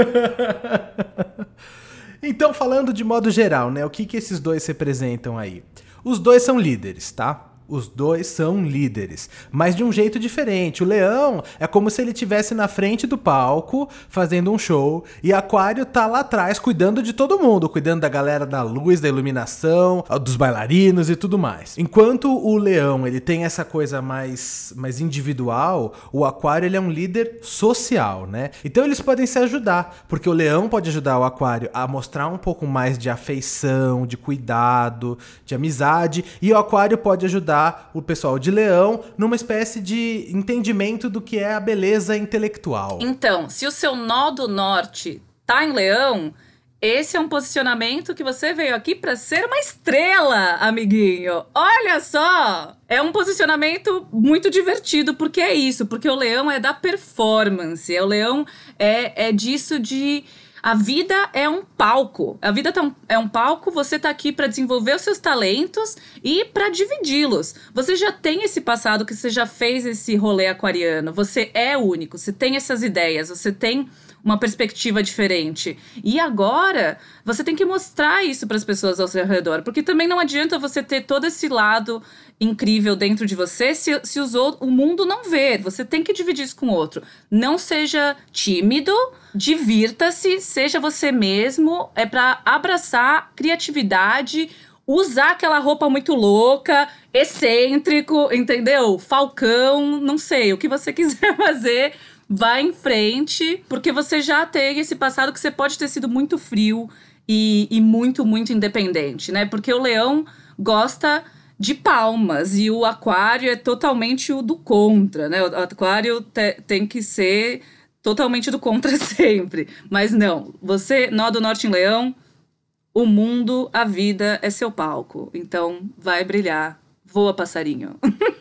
Então, falando de modo geral, né? O que esses dois representam aí? Os dois são líderes, tá? Os dois são líderes, mas de um jeito diferente. O Leão é como se ele estivesse na frente do palco, fazendo um show, e Aquário tá lá atrás, cuidando de todo mundo, cuidando da galera da luz, da iluminação, dos bailarinos e tudo mais. Enquanto o Leão, ele tem essa coisa mais individual, o Aquário, ele é um líder social, né? Então eles podem se ajudar, porque o Leão pode ajudar o Aquário a mostrar um pouco mais de afeição, de cuidado, de amizade, e o Aquário pode ajudar o pessoal de Leão numa espécie de entendimento do que é a beleza intelectual. Então, se o seu nó do norte tá em Leão, esse é um posicionamento que você veio aqui para ser uma estrela, amiguinho. Olha só! É um posicionamento muito divertido, porque é isso, porque o Leão é da performance, o Leão é disso de... A vida é um palco. A vida é um palco, você tá aqui pra desenvolver os seus talentos e pra dividi-los. Você já tem esse passado, que você já fez esse rolê aquariano. Você é único, você tem essas ideias, você tem uma perspectiva diferente. E agora, você tem que mostrar isso para as pessoas ao seu redor. Porque também não adianta você ter todo esse lado incrível dentro de você se o mundo não ver. Você tem que dividir isso com o outro. Não seja tímido, divirta-se, seja você mesmo. É para abraçar criatividade, usar aquela roupa muito louca, excêntrico, entendeu? Falcão, não sei, o que você quiser fazer. Vai em frente, porque você já tem esse passado que você pode ter sido muito frio e muito, muito independente, né? Porque o leão gosta de palmas e o aquário é totalmente o do contra, né? O aquário tem que ser totalmente do contra sempre. Mas não, você, nó do norte em leão, o mundo, a vida é seu palco. Então, vai brilhar. Voa, passarinho.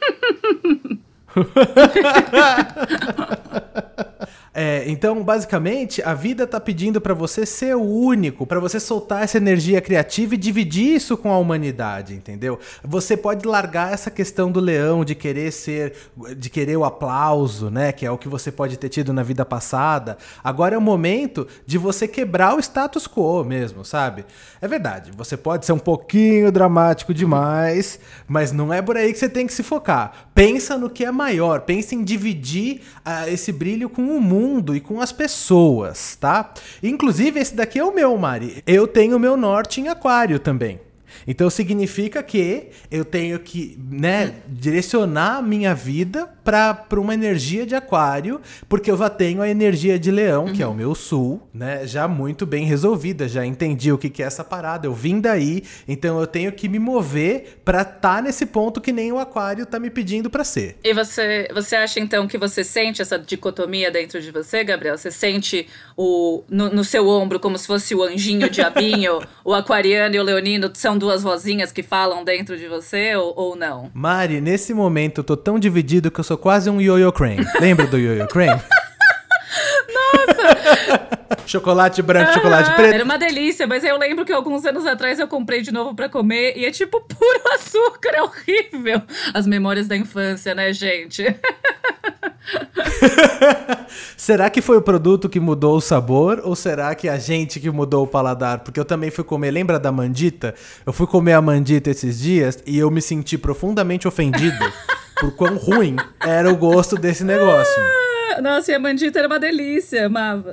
Então, basicamente, a vida tá pedindo pra você ser o único, pra você soltar essa energia criativa e dividir isso com a humanidade, entendeu? Você pode largar essa questão do leão de querer o aplauso, né? Que é o que você pode ter tido na vida passada. Agora é o momento de você quebrar o status quo mesmo, sabe? É verdade, você pode ser um pouquinho dramático demais, mas não é por aí que você tem que se focar. Pensa no que é maior, pensa em dividir esse brilho com o mundo e com as pessoas, tá? Inclusive, esse daqui é o meu, Mari. Eu tenho o meu norte em aquário também. Então significa que eu tenho que, né, direcionar a minha vida para uma energia de aquário, porque eu já tenho a energia de leão, que é o meu sul, né, já muito bem resolvida, já entendi o que é essa parada, eu vim daí, então eu tenho que me mover para estar nesse ponto que nem o aquário tá me pedindo para ser. E você acha então que você sente essa dicotomia dentro de você, Gabriel? Você sente no seu ombro como se fosse o anjinho, o diabinho, o aquariano e o leonino são duas vozinhas que falam dentro de você ou não? Mari, nesse momento eu tô tão dividido que eu sou quase um Yo-Yo Crane. Lembra do Yo-Yo Crane? Nossa! Chocolate branco, chocolate preto. Era uma delícia, mas eu lembro que alguns anos atrás eu comprei de novo pra comer e é tipo puro açúcar, é horrível. As memórias da infância, né, gente? Será que foi o produto que mudou o sabor ou será que a gente que mudou o paladar? Porque eu também fui comer, lembra da mandita? Eu fui comer a mandita esses dias e eu me senti profundamente ofendido por quão ruim era o gosto desse negócio. Nossa, e a mandita era uma delícia, amava.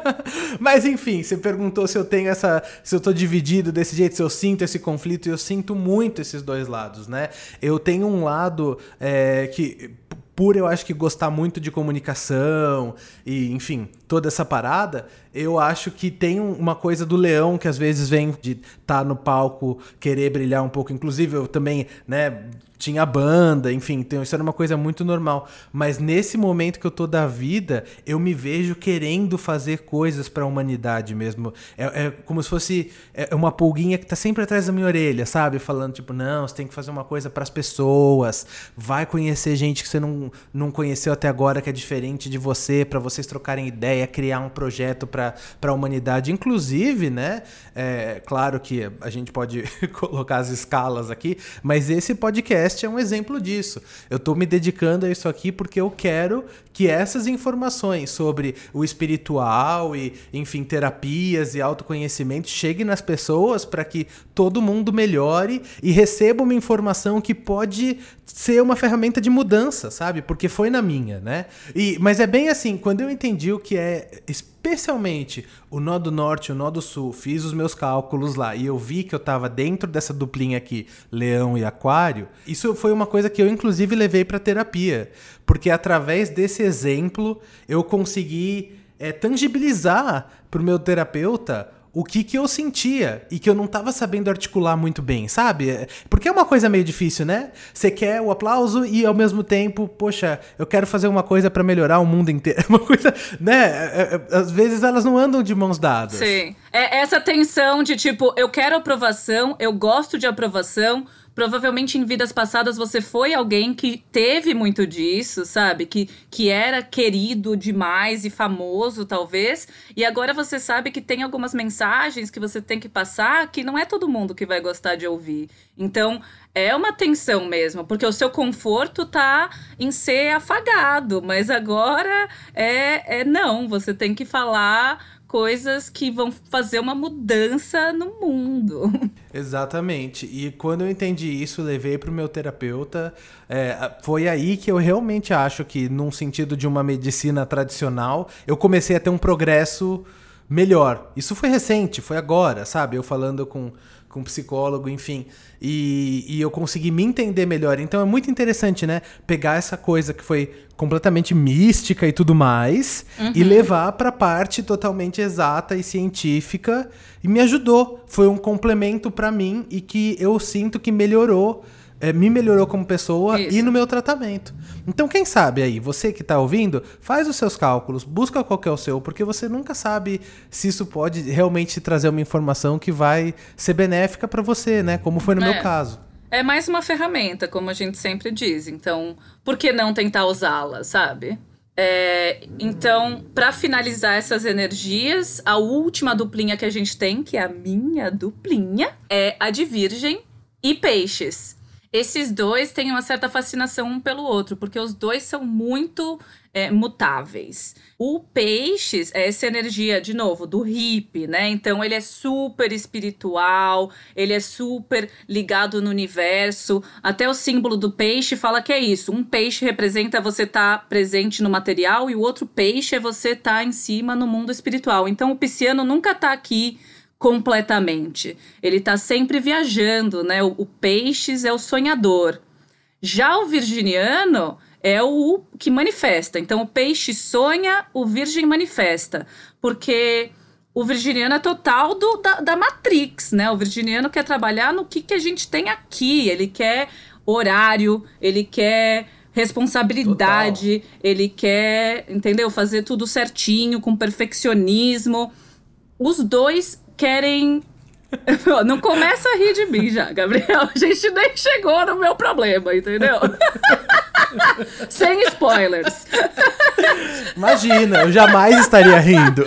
Mas enfim, você perguntou se eu tenho se eu tô dividido desse jeito, se eu sinto esse conflito, e eu sinto muito esses dois lados, né? Eu tenho um lado que, por eu acho que gostar muito de comunicação e, enfim, toda essa parada, eu acho que tem uma coisa do leão que às vezes vem de estar no palco, querer brilhar um pouco. Inclusive, eu também, né, tinha banda, enfim, então isso era uma coisa muito normal. Mas nesse momento que eu tô da vida, eu me vejo querendo fazer coisas pra humanidade mesmo. É como se fosse uma pulguinha que tá sempre atrás da minha orelha, sabe? Falando, tipo, não, você tem que fazer uma coisa pras pessoas, vai conhecer gente que você não conheceu até agora, que é diferente de você, pra vocês trocarem ideia, criar um projeto pra humanidade. Inclusive, né, claro que a gente pode colocar as escalas aqui, mas esse podcast é um exemplo disso. Eu tô me dedicando a isso aqui porque eu quero que essas informações sobre o espiritual e, enfim, terapias e autoconhecimento cheguem nas pessoas para que todo mundo melhore e receba uma informação que pode ser uma ferramenta de mudança, sabe? Porque foi na minha, né? Mas é bem assim, quando eu entendi o que é especialmente o nó do norte e o nó do sul, fiz os meus cálculos lá e eu vi que eu tava dentro dessa duplinha aqui, leão e aquário, isso foi uma coisa que eu inclusive levei pra terapia, porque através desse exemplo eu consegui tangibilizar pro meu terapeuta o que eu sentia e que eu não tava sabendo articular muito bem, sabe? Porque é uma coisa meio difícil, né? Você quer o aplauso e ao mesmo tempo, poxa, eu quero fazer uma coisa pra melhorar o mundo inteiro. Uma coisa, né? Às vezes elas não andam de mãos dadas. Sim. É essa tensão de tipo, eu quero aprovação, eu gosto de aprovação. Provavelmente em vidas passadas você foi alguém que teve muito disso, sabe? Que era querido demais e famoso, talvez. E agora você sabe que tem algumas mensagens que você tem que passar que não é todo mundo que vai gostar de ouvir. Então, é uma tensão mesmo, porque o seu conforto tá em ser afagado, mas agora não, você tem que falar coisas que vão fazer uma mudança no mundo. Exatamente. E quando eu entendi isso, levei pro meu terapeuta. Foi aí que eu realmente acho que, num sentido de uma medicina tradicional, eu comecei a ter um progresso melhor. Isso foi recente, foi agora, sabe? Eu falando com um psicólogo, enfim. E eu consegui me entender melhor. Então é muito interessante, né? Pegar essa coisa que foi completamente mística e tudo mais, e levar pra parte totalmente exata e científica. E me ajudou. Foi um complemento pra mim e que eu sinto que melhorou. Me melhorou como pessoa e no meu tratamento. Então, quem sabe aí, você que tá ouvindo, faz os seus cálculos, busca qual que é o seu, porque você nunca sabe se isso pode realmente trazer uma informação que vai ser benéfica pra você, né? Como foi no meu caso. É mais uma ferramenta, como a gente sempre diz. Então, por que não tentar usá-la, sabe? Então, para finalizar essas energias, a última duplinha que a gente tem, que é a minha duplinha, é a de Virgem e Peixes. Esses dois têm uma certa fascinação um pelo outro, porque os dois são muito mutáveis. O Peixes é essa energia, de novo, do hippie, né? Então ele é super espiritual, ele é super ligado no universo. Até o símbolo do peixe fala que é isso. Um peixe representa você estar presente no material e o outro peixe é você estar em cima no mundo espiritual. Então o pisciano nunca tá aqui completamente. Ele tá sempre viajando, né? O Peixes é o sonhador. Já o virginiano é o que manifesta. Então, o Peixe sonha, o Virgem manifesta. Porque o virginiano é total da Matrix, né? O virginiano quer trabalhar no que a gente tem aqui. Ele quer horário, ele quer responsabilidade, total. Ele quer, entendeu? Fazer tudo certinho, com perfeccionismo. Os dois querem... Não começa a rir de mim já, Gabriel. A gente nem chegou no meu problema, entendeu? Sem spoilers. Imagina, eu jamais estaria rindo.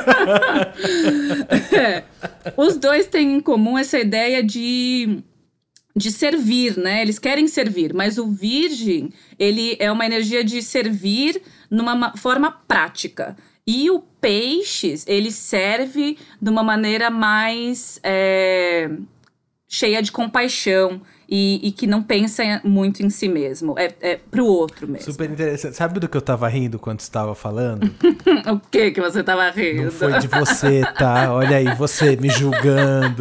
Os dois têm em comum essa ideia de servir, né? Eles querem servir, mas o Virgem, ele é uma energia de servir numa forma prática. E o Peixes, ele serve de uma maneira mais cheia de compaixão e que não pensa muito em si mesmo. É pro outro mesmo. Super interessante. Sabe do que eu tava rindo quando você tava falando? O que você tava rindo? Não foi de você, tá? Olha aí, você me julgando.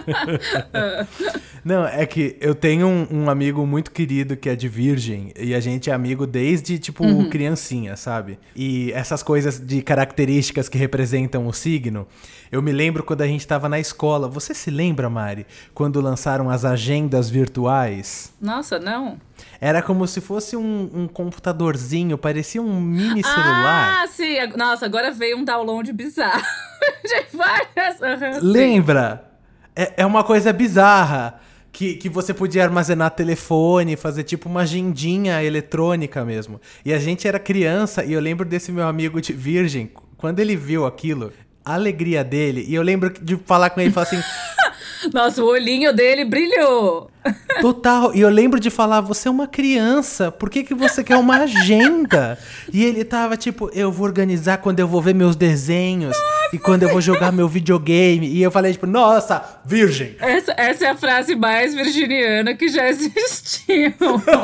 Não, é que eu tenho um amigo muito querido que é de Virgem e a gente é amigo desde, tipo, criancinha, sabe? E essas coisas de características que representam o signo, eu me lembro quando a gente tava na escola. Você se lembra, Mari, quando lançaram as agendas virtuais? Nossa, não. Era como se fosse um computadorzinho, parecia um mini celular. Ah, sim. Nossa, agora veio um download bizarro. De várias... Lembra? É uma coisa bizarra. Que você podia armazenar telefone, fazer tipo uma agendinha eletrônica mesmo. E a gente era criança e eu lembro desse meu amigo de Virgem, quando ele viu aquilo, a alegria dele, e eu lembro de falar com ele e falar assim... Nossa, o olhinho dele brilhou. Total. E eu lembro de falar, você é uma criança, por que você quer uma agenda? E ele tava tipo, eu vou organizar quando eu vou ver meus desenhos. Nossa, e quando eu vou jogar meu videogame. E eu falei tipo, nossa, virgem. Essa é a frase mais virginiana que já existiu.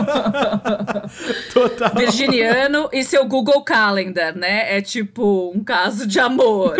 Total. Virginiano e seu Google Calendar, né? É tipo um caso de amor.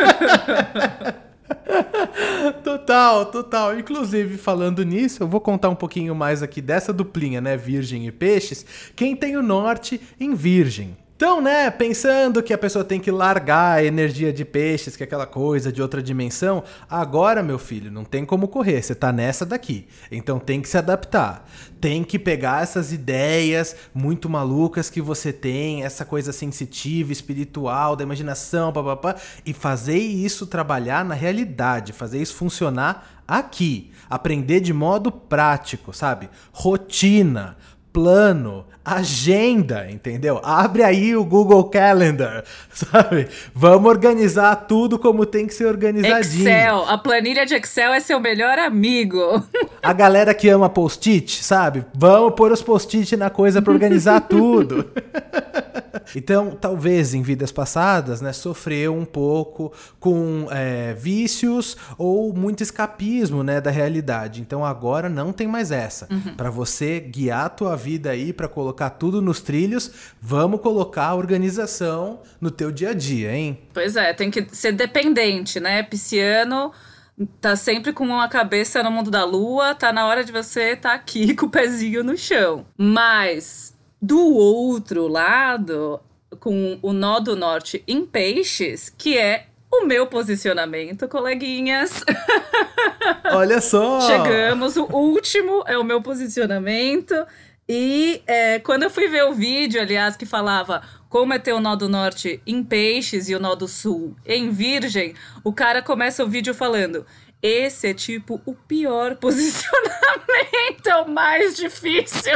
Total. Inclusive, falando nisso, eu vou contar um pouquinho mais aqui dessa duplinha, né? Virgem e Peixes. Quem tem o norte em Virgem. Então, né, pensando que a pessoa tem que largar a energia de peixes, que é aquela coisa de outra dimensão, agora, meu filho, não tem como correr, você tá nessa daqui. Então tem que se adaptar. Tem que pegar essas ideias muito malucas que você tem, essa coisa sensitiva, espiritual, da imaginação, papapá, e fazer isso trabalhar na realidade, fazer isso funcionar aqui. Aprender de modo prático, sabe? Rotina, plano, agenda, entendeu? Abre aí o Google Calendar, sabe? Vamos organizar tudo como tem que ser organizadinho. Excel, a planilha de Excel é seu melhor amigo. A galera que ama post-it, sabe? Vamos pôr os post-it na coisa pra organizar tudo. Então, talvez em vidas passadas, né, sofreu um pouco com vícios ou muito escapismo, né, da realidade. Então agora não tem mais essa. Para você guiar a tua vida aí, para colocar tudo nos trilhos, vamos colocar a organização no teu dia a dia, hein? Pois é, tem que ser dependente, né? Pisciano tá sempre com a cabeça no mundo da lua, tá na hora de você tá aqui com o pezinho no chão. Mas do outro lado, com o nó do norte em peixes, que é o meu posicionamento, coleguinhas. Olha só! Chegamos, o último é o meu posicionamento. E quando eu fui ver o vídeo, aliás, que falava como é ter o nó do norte em peixes e o nó do sul em virgem, o cara começa o vídeo falando: esse é tipo o pior posicionamento, é o mais difícil.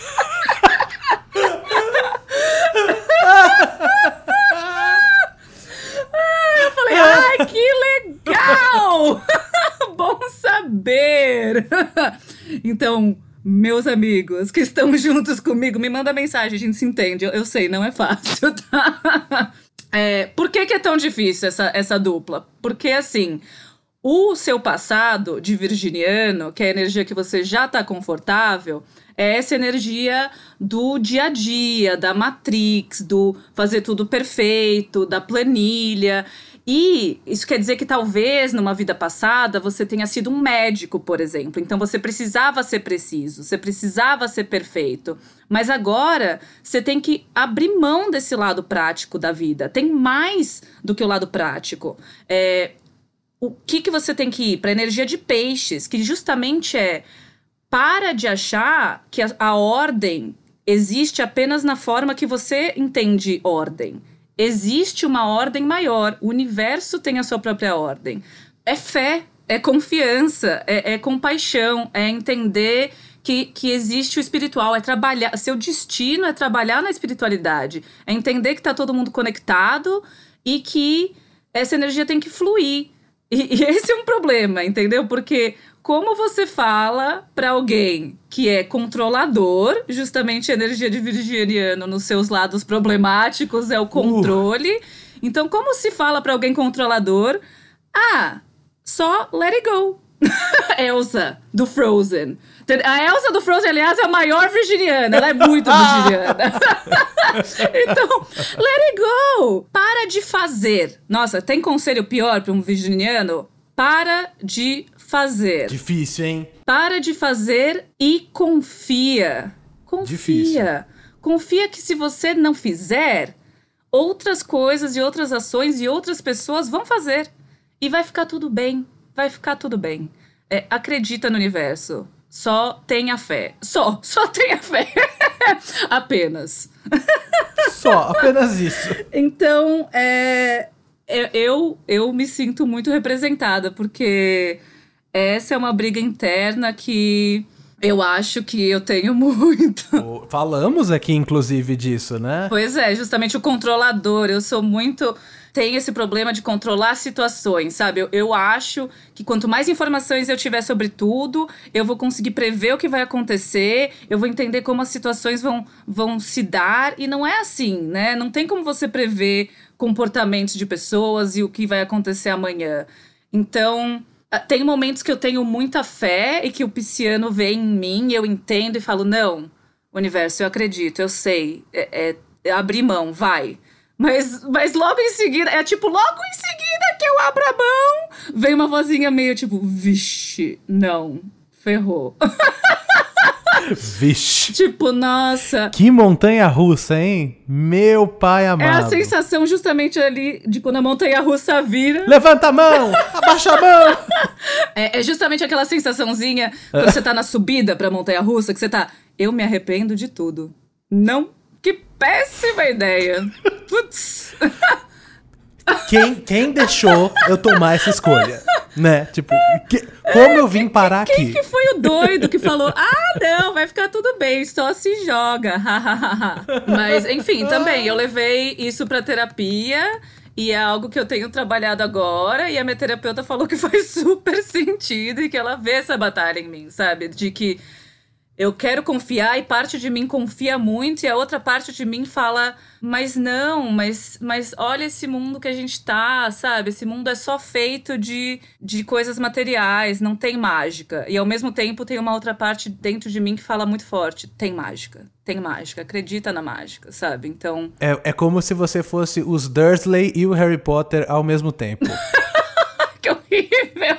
Eu falei, ai, que legal! Bom saber! Então, meus amigos que estão juntos comigo, me manda mensagem, a gente se entende. Eu sei, não é fácil, tá? Por que é tão difícil essa dupla? Porque, assim, o seu passado de virginiano, que é a energia que você já tá confortável, é essa energia do dia a dia, da Matrix, do fazer tudo perfeito, da planilha. E isso quer dizer que talvez numa vida passada você tenha sido um médico, por exemplo. Então você precisava ser preciso, você precisava ser perfeito. Mas agora você tem que abrir mão desse lado prático da vida. Tem mais do que o lado prático. O que você tem que ir? Para a energia de peixes, que justamente para de achar que a ordem existe apenas na forma que você entende ordem. Existe uma ordem maior, o universo tem a sua própria ordem. É fé, é confiança, é compaixão, é entender que existe o espiritual, é trabalhar, seu destino é trabalhar na espiritualidade, é entender que tá todo mundo conectado e que essa energia tem que fluir. E esse é um problema, entendeu? Porque como você fala para alguém que é controlador, justamente a energia de virginiano nos seus lados problemáticos é o controle. Então, como se fala para alguém controlador? Só let it go. Elsa, do Frozen. A Elsa do Frozen, aliás, é a maior virginiana. Ela é muito virginiana. Então, let it go. Para de fazer. Nossa, tem conselho pior para um virginiano? Para de fazer. Difícil, hein? Para de fazer e confia. Confia. Difícil. Confia que se você não fizer, outras coisas e outras ações e outras pessoas vão fazer. E vai ficar tudo bem. Vai ficar tudo bem. Acredita no universo. Só tenha fé. Só tenha fé. Apenas. Apenas isso. Então, eu me sinto muito representada, porque essa é uma briga interna que eu acho que eu tenho muito. Falamos aqui, inclusive, disso, né? Pois é, justamente o controlador. Eu sou muito... Tem esse problema de controlar situações, sabe? Eu acho que quanto mais informações eu tiver sobre tudo, eu vou conseguir prever o que vai acontecer, eu vou entender como as situações vão se dar, e não é assim, né? Não tem como você prever comportamentos de pessoas e o que vai acontecer amanhã. Então, tem momentos que eu tenho muita fé e que o pisciano vê em mim, eu entendo e falo, não, universo, eu acredito, eu sei, abrir mão, vai. Mas logo em seguida, logo em seguida que eu abro a mão, vem uma vozinha meio tipo, vixe, não, ferrou. Vixe. Tipo, nossa. Que montanha-russa, hein? Meu pai amado. É a sensação justamente ali de quando a montanha-russa vira. Levanta a mão! Abaixa a mão! É justamente aquela sensaçãozinha quando você tá na subida pra montanha-russa, que você tá... Eu me arrependo de tudo. Não, que péssima ideia. Putz. Quem deixou eu tomar essa escolha? Né? Tipo, como eu vim parar Quem aqui? que foi o doido que falou, não, vai ficar tudo bem, só se joga. Mas, enfim, também, eu levei isso pra terapia e é algo que eu tenho trabalhado agora e a minha terapeuta falou que faz super sentido e que ela vê essa batalha em mim, sabe? De que eu quero confiar e parte de mim confia muito e a outra parte de mim fala, mas não, mas olha esse mundo que a gente tá, sabe? Esse mundo é só feito de coisas materiais, não tem mágica. E ao mesmo tempo tem uma outra parte dentro de mim que fala muito forte, tem mágica, acredita na mágica, sabe? Então... É como se você fosse os Dursley e o Harry Potter ao mesmo tempo. Que horrível!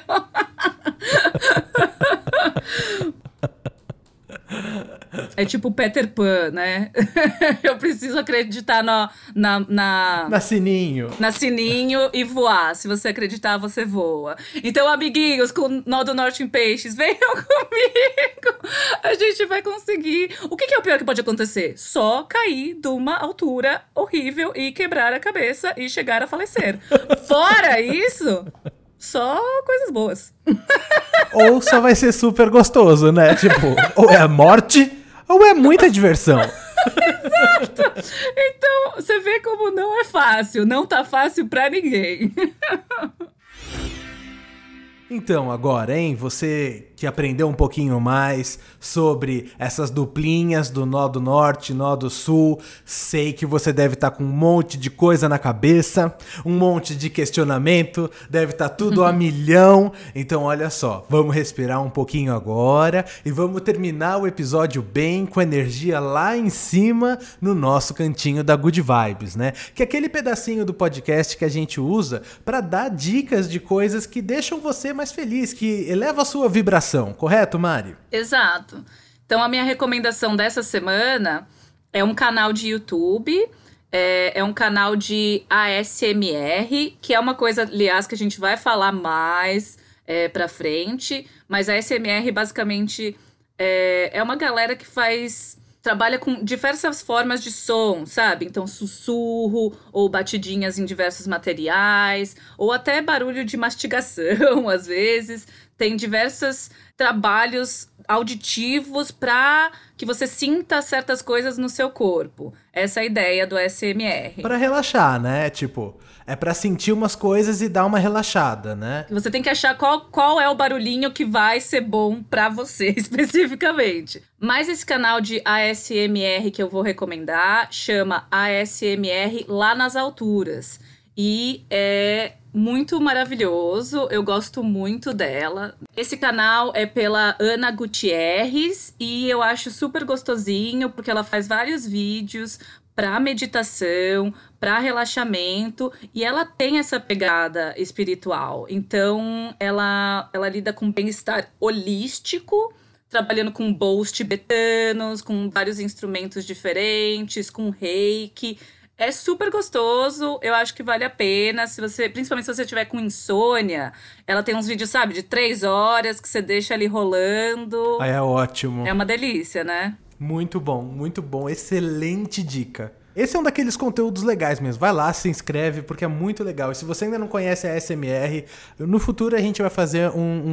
É tipo Peter Pan, né? Eu preciso acreditar Na Sininho. na Sininho e voar. Se você acreditar, você voa. Então, amiguinhos, com Nó do Norte em Peixes, venham comigo. A gente vai conseguir. O que é o pior que pode acontecer? Só cair de uma altura horrível e quebrar a cabeça e chegar a falecer. Fora isso... Só coisas boas. Ou só vai ser super gostoso, né? Tipo, ou é a morte, ou é muita diversão. Exato! Então, você vê como não é fácil. Não tá fácil pra ninguém. Então, agora, hein? Você que aprendeu um pouquinho mais sobre essas duplinhas do Nó do Norte, Nó do Sul, sei que você deve estar com um monte de coisa na cabeça, um monte de questionamento, deve estar tudo a milhão. Então, olha só, vamos respirar um pouquinho agora e vamos terminar o episódio bem, com energia lá em cima no nosso cantinho da Good Vibes, né? Que é aquele pedacinho do podcast que a gente usa para dar dicas de coisas que deixam você mais feliz, que eleva a sua vibração. Correto, Mari? Exato. Então, a minha recomendação dessa semana é um canal de YouTube, é um canal de ASMR, que é uma coisa, aliás, que a gente vai falar mais pra frente, mas a ASMR, basicamente, é uma galera que trabalha com diversas formas de som, sabe? Então, sussurro, ou batidinhas em diversos materiais, ou até barulho de mastigação, às vezes. Tem diversos trabalhos auditivos para que você sinta certas coisas no seu corpo. Essa é a ideia do ASMR. Pra relaxar, né? Tipo, é pra sentir umas coisas e dar uma relaxada, né? Você tem que achar qual é o barulhinho que vai ser bom pra você, especificamente. Mas esse canal de ASMR que eu vou recomendar chama ASMR Lá nas Alturas. E é muito maravilhoso, eu gosto muito dela. Esse canal é pela Ana Gutierrez e eu acho super gostosinho porque ela faz vários vídeos para meditação, para relaxamento e ela tem essa pegada espiritual. Então ela lida com bem-estar holístico, trabalhando com bowls tibetanos, com vários instrumentos diferentes, com reiki. É super gostoso, eu acho que vale a pena, principalmente se você tiver com insônia. Ela tem uns vídeos, sabe, de 3 horas que você deixa ali rolando. Aí é ótimo. É uma delícia, né? Muito bom, excelente dica. Esse é um daqueles conteúdos legais mesmo. Vai lá, se inscreve, porque é muito legal. E se você ainda não conhece a ASMR, no futuro a gente vai fazer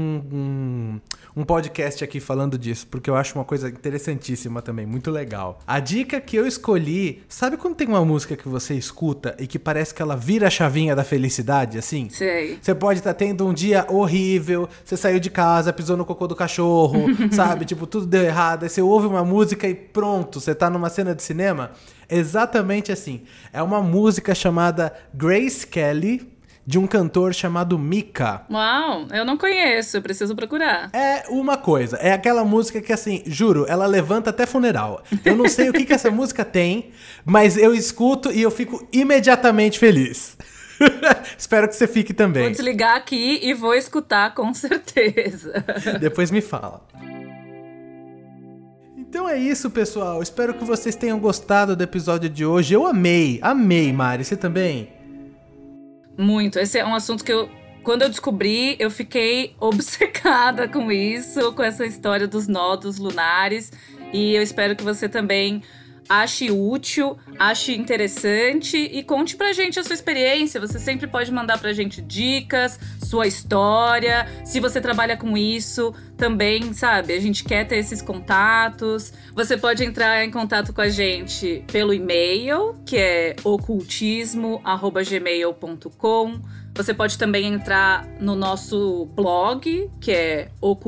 um podcast aqui falando disso, porque eu acho uma coisa interessantíssima também, muito legal. A dica que eu escolhi, sabe quando tem uma música que você escuta e que parece que ela vira a chavinha da felicidade, assim? Sei. Você pode estar tendo um dia horrível, você saiu de casa, pisou no cocô do cachorro, sabe? Tipo, tudo deu errado, aí você ouve uma música e pronto, você tá numa cena de cinema. Exatamente assim. É uma música chamada Grace Kelly, de um cantor chamado Mika. Uau, eu não conheço, eu preciso procurar. É uma coisa, é aquela música que, assim, juro, ela levanta até funeral. Eu não sei o que essa música tem, mas eu escuto e eu fico imediatamente feliz. Espero que você fique também. Vou desligar aqui e vou escutar com certeza. Depois me fala. Então é isso, pessoal. Espero que vocês tenham gostado do episódio de hoje. Eu amei, Mari. Você também? Muito. Esse é um assunto que quando eu descobri, eu fiquei obcecada com isso, com essa história dos nodos lunares. E eu espero que você também ache útil, ache interessante e conte pra gente a sua experiência. Você sempre pode mandar pra gente dicas, sua história. Se você trabalha com isso também, sabe? A gente quer ter esses contatos. Você pode entrar em contato com a gente pelo e-mail, que é ocultismo@gmail.com. Você pode também entrar no nosso blog, que é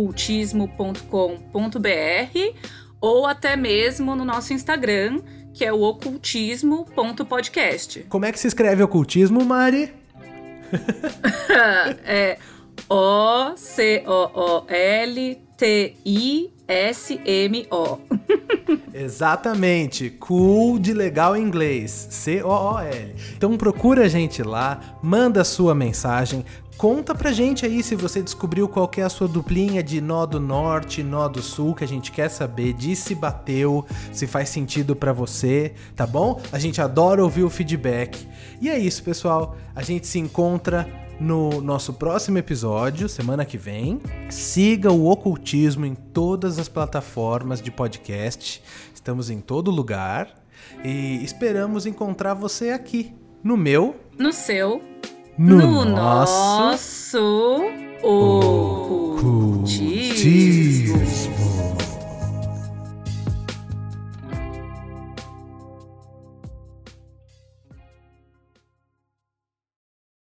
ocultismo.com.br, ou até mesmo no nosso Instagram, que é o ocultismo.podcast. Como é que se escreve ocultismo, Mari? É OCOOLTISMO. Exatamente, cool de legal em inglês, COOL. Então procura a gente lá, manda a sua mensagem, conta pra gente aí se você descobriu qual que é a sua duplinha de nó do norte, nó do sul, que a gente quer saber, de se bateu, se faz sentido pra você, tá bom? A gente adora ouvir o feedback. E é isso, pessoal, a gente se encontra no nosso próximo episódio, semana que vem. Siga o Ocultismo em todas as plataformas de podcast. Estamos em todo lugar. E esperamos encontrar você aqui. No meu. No seu. No nosso.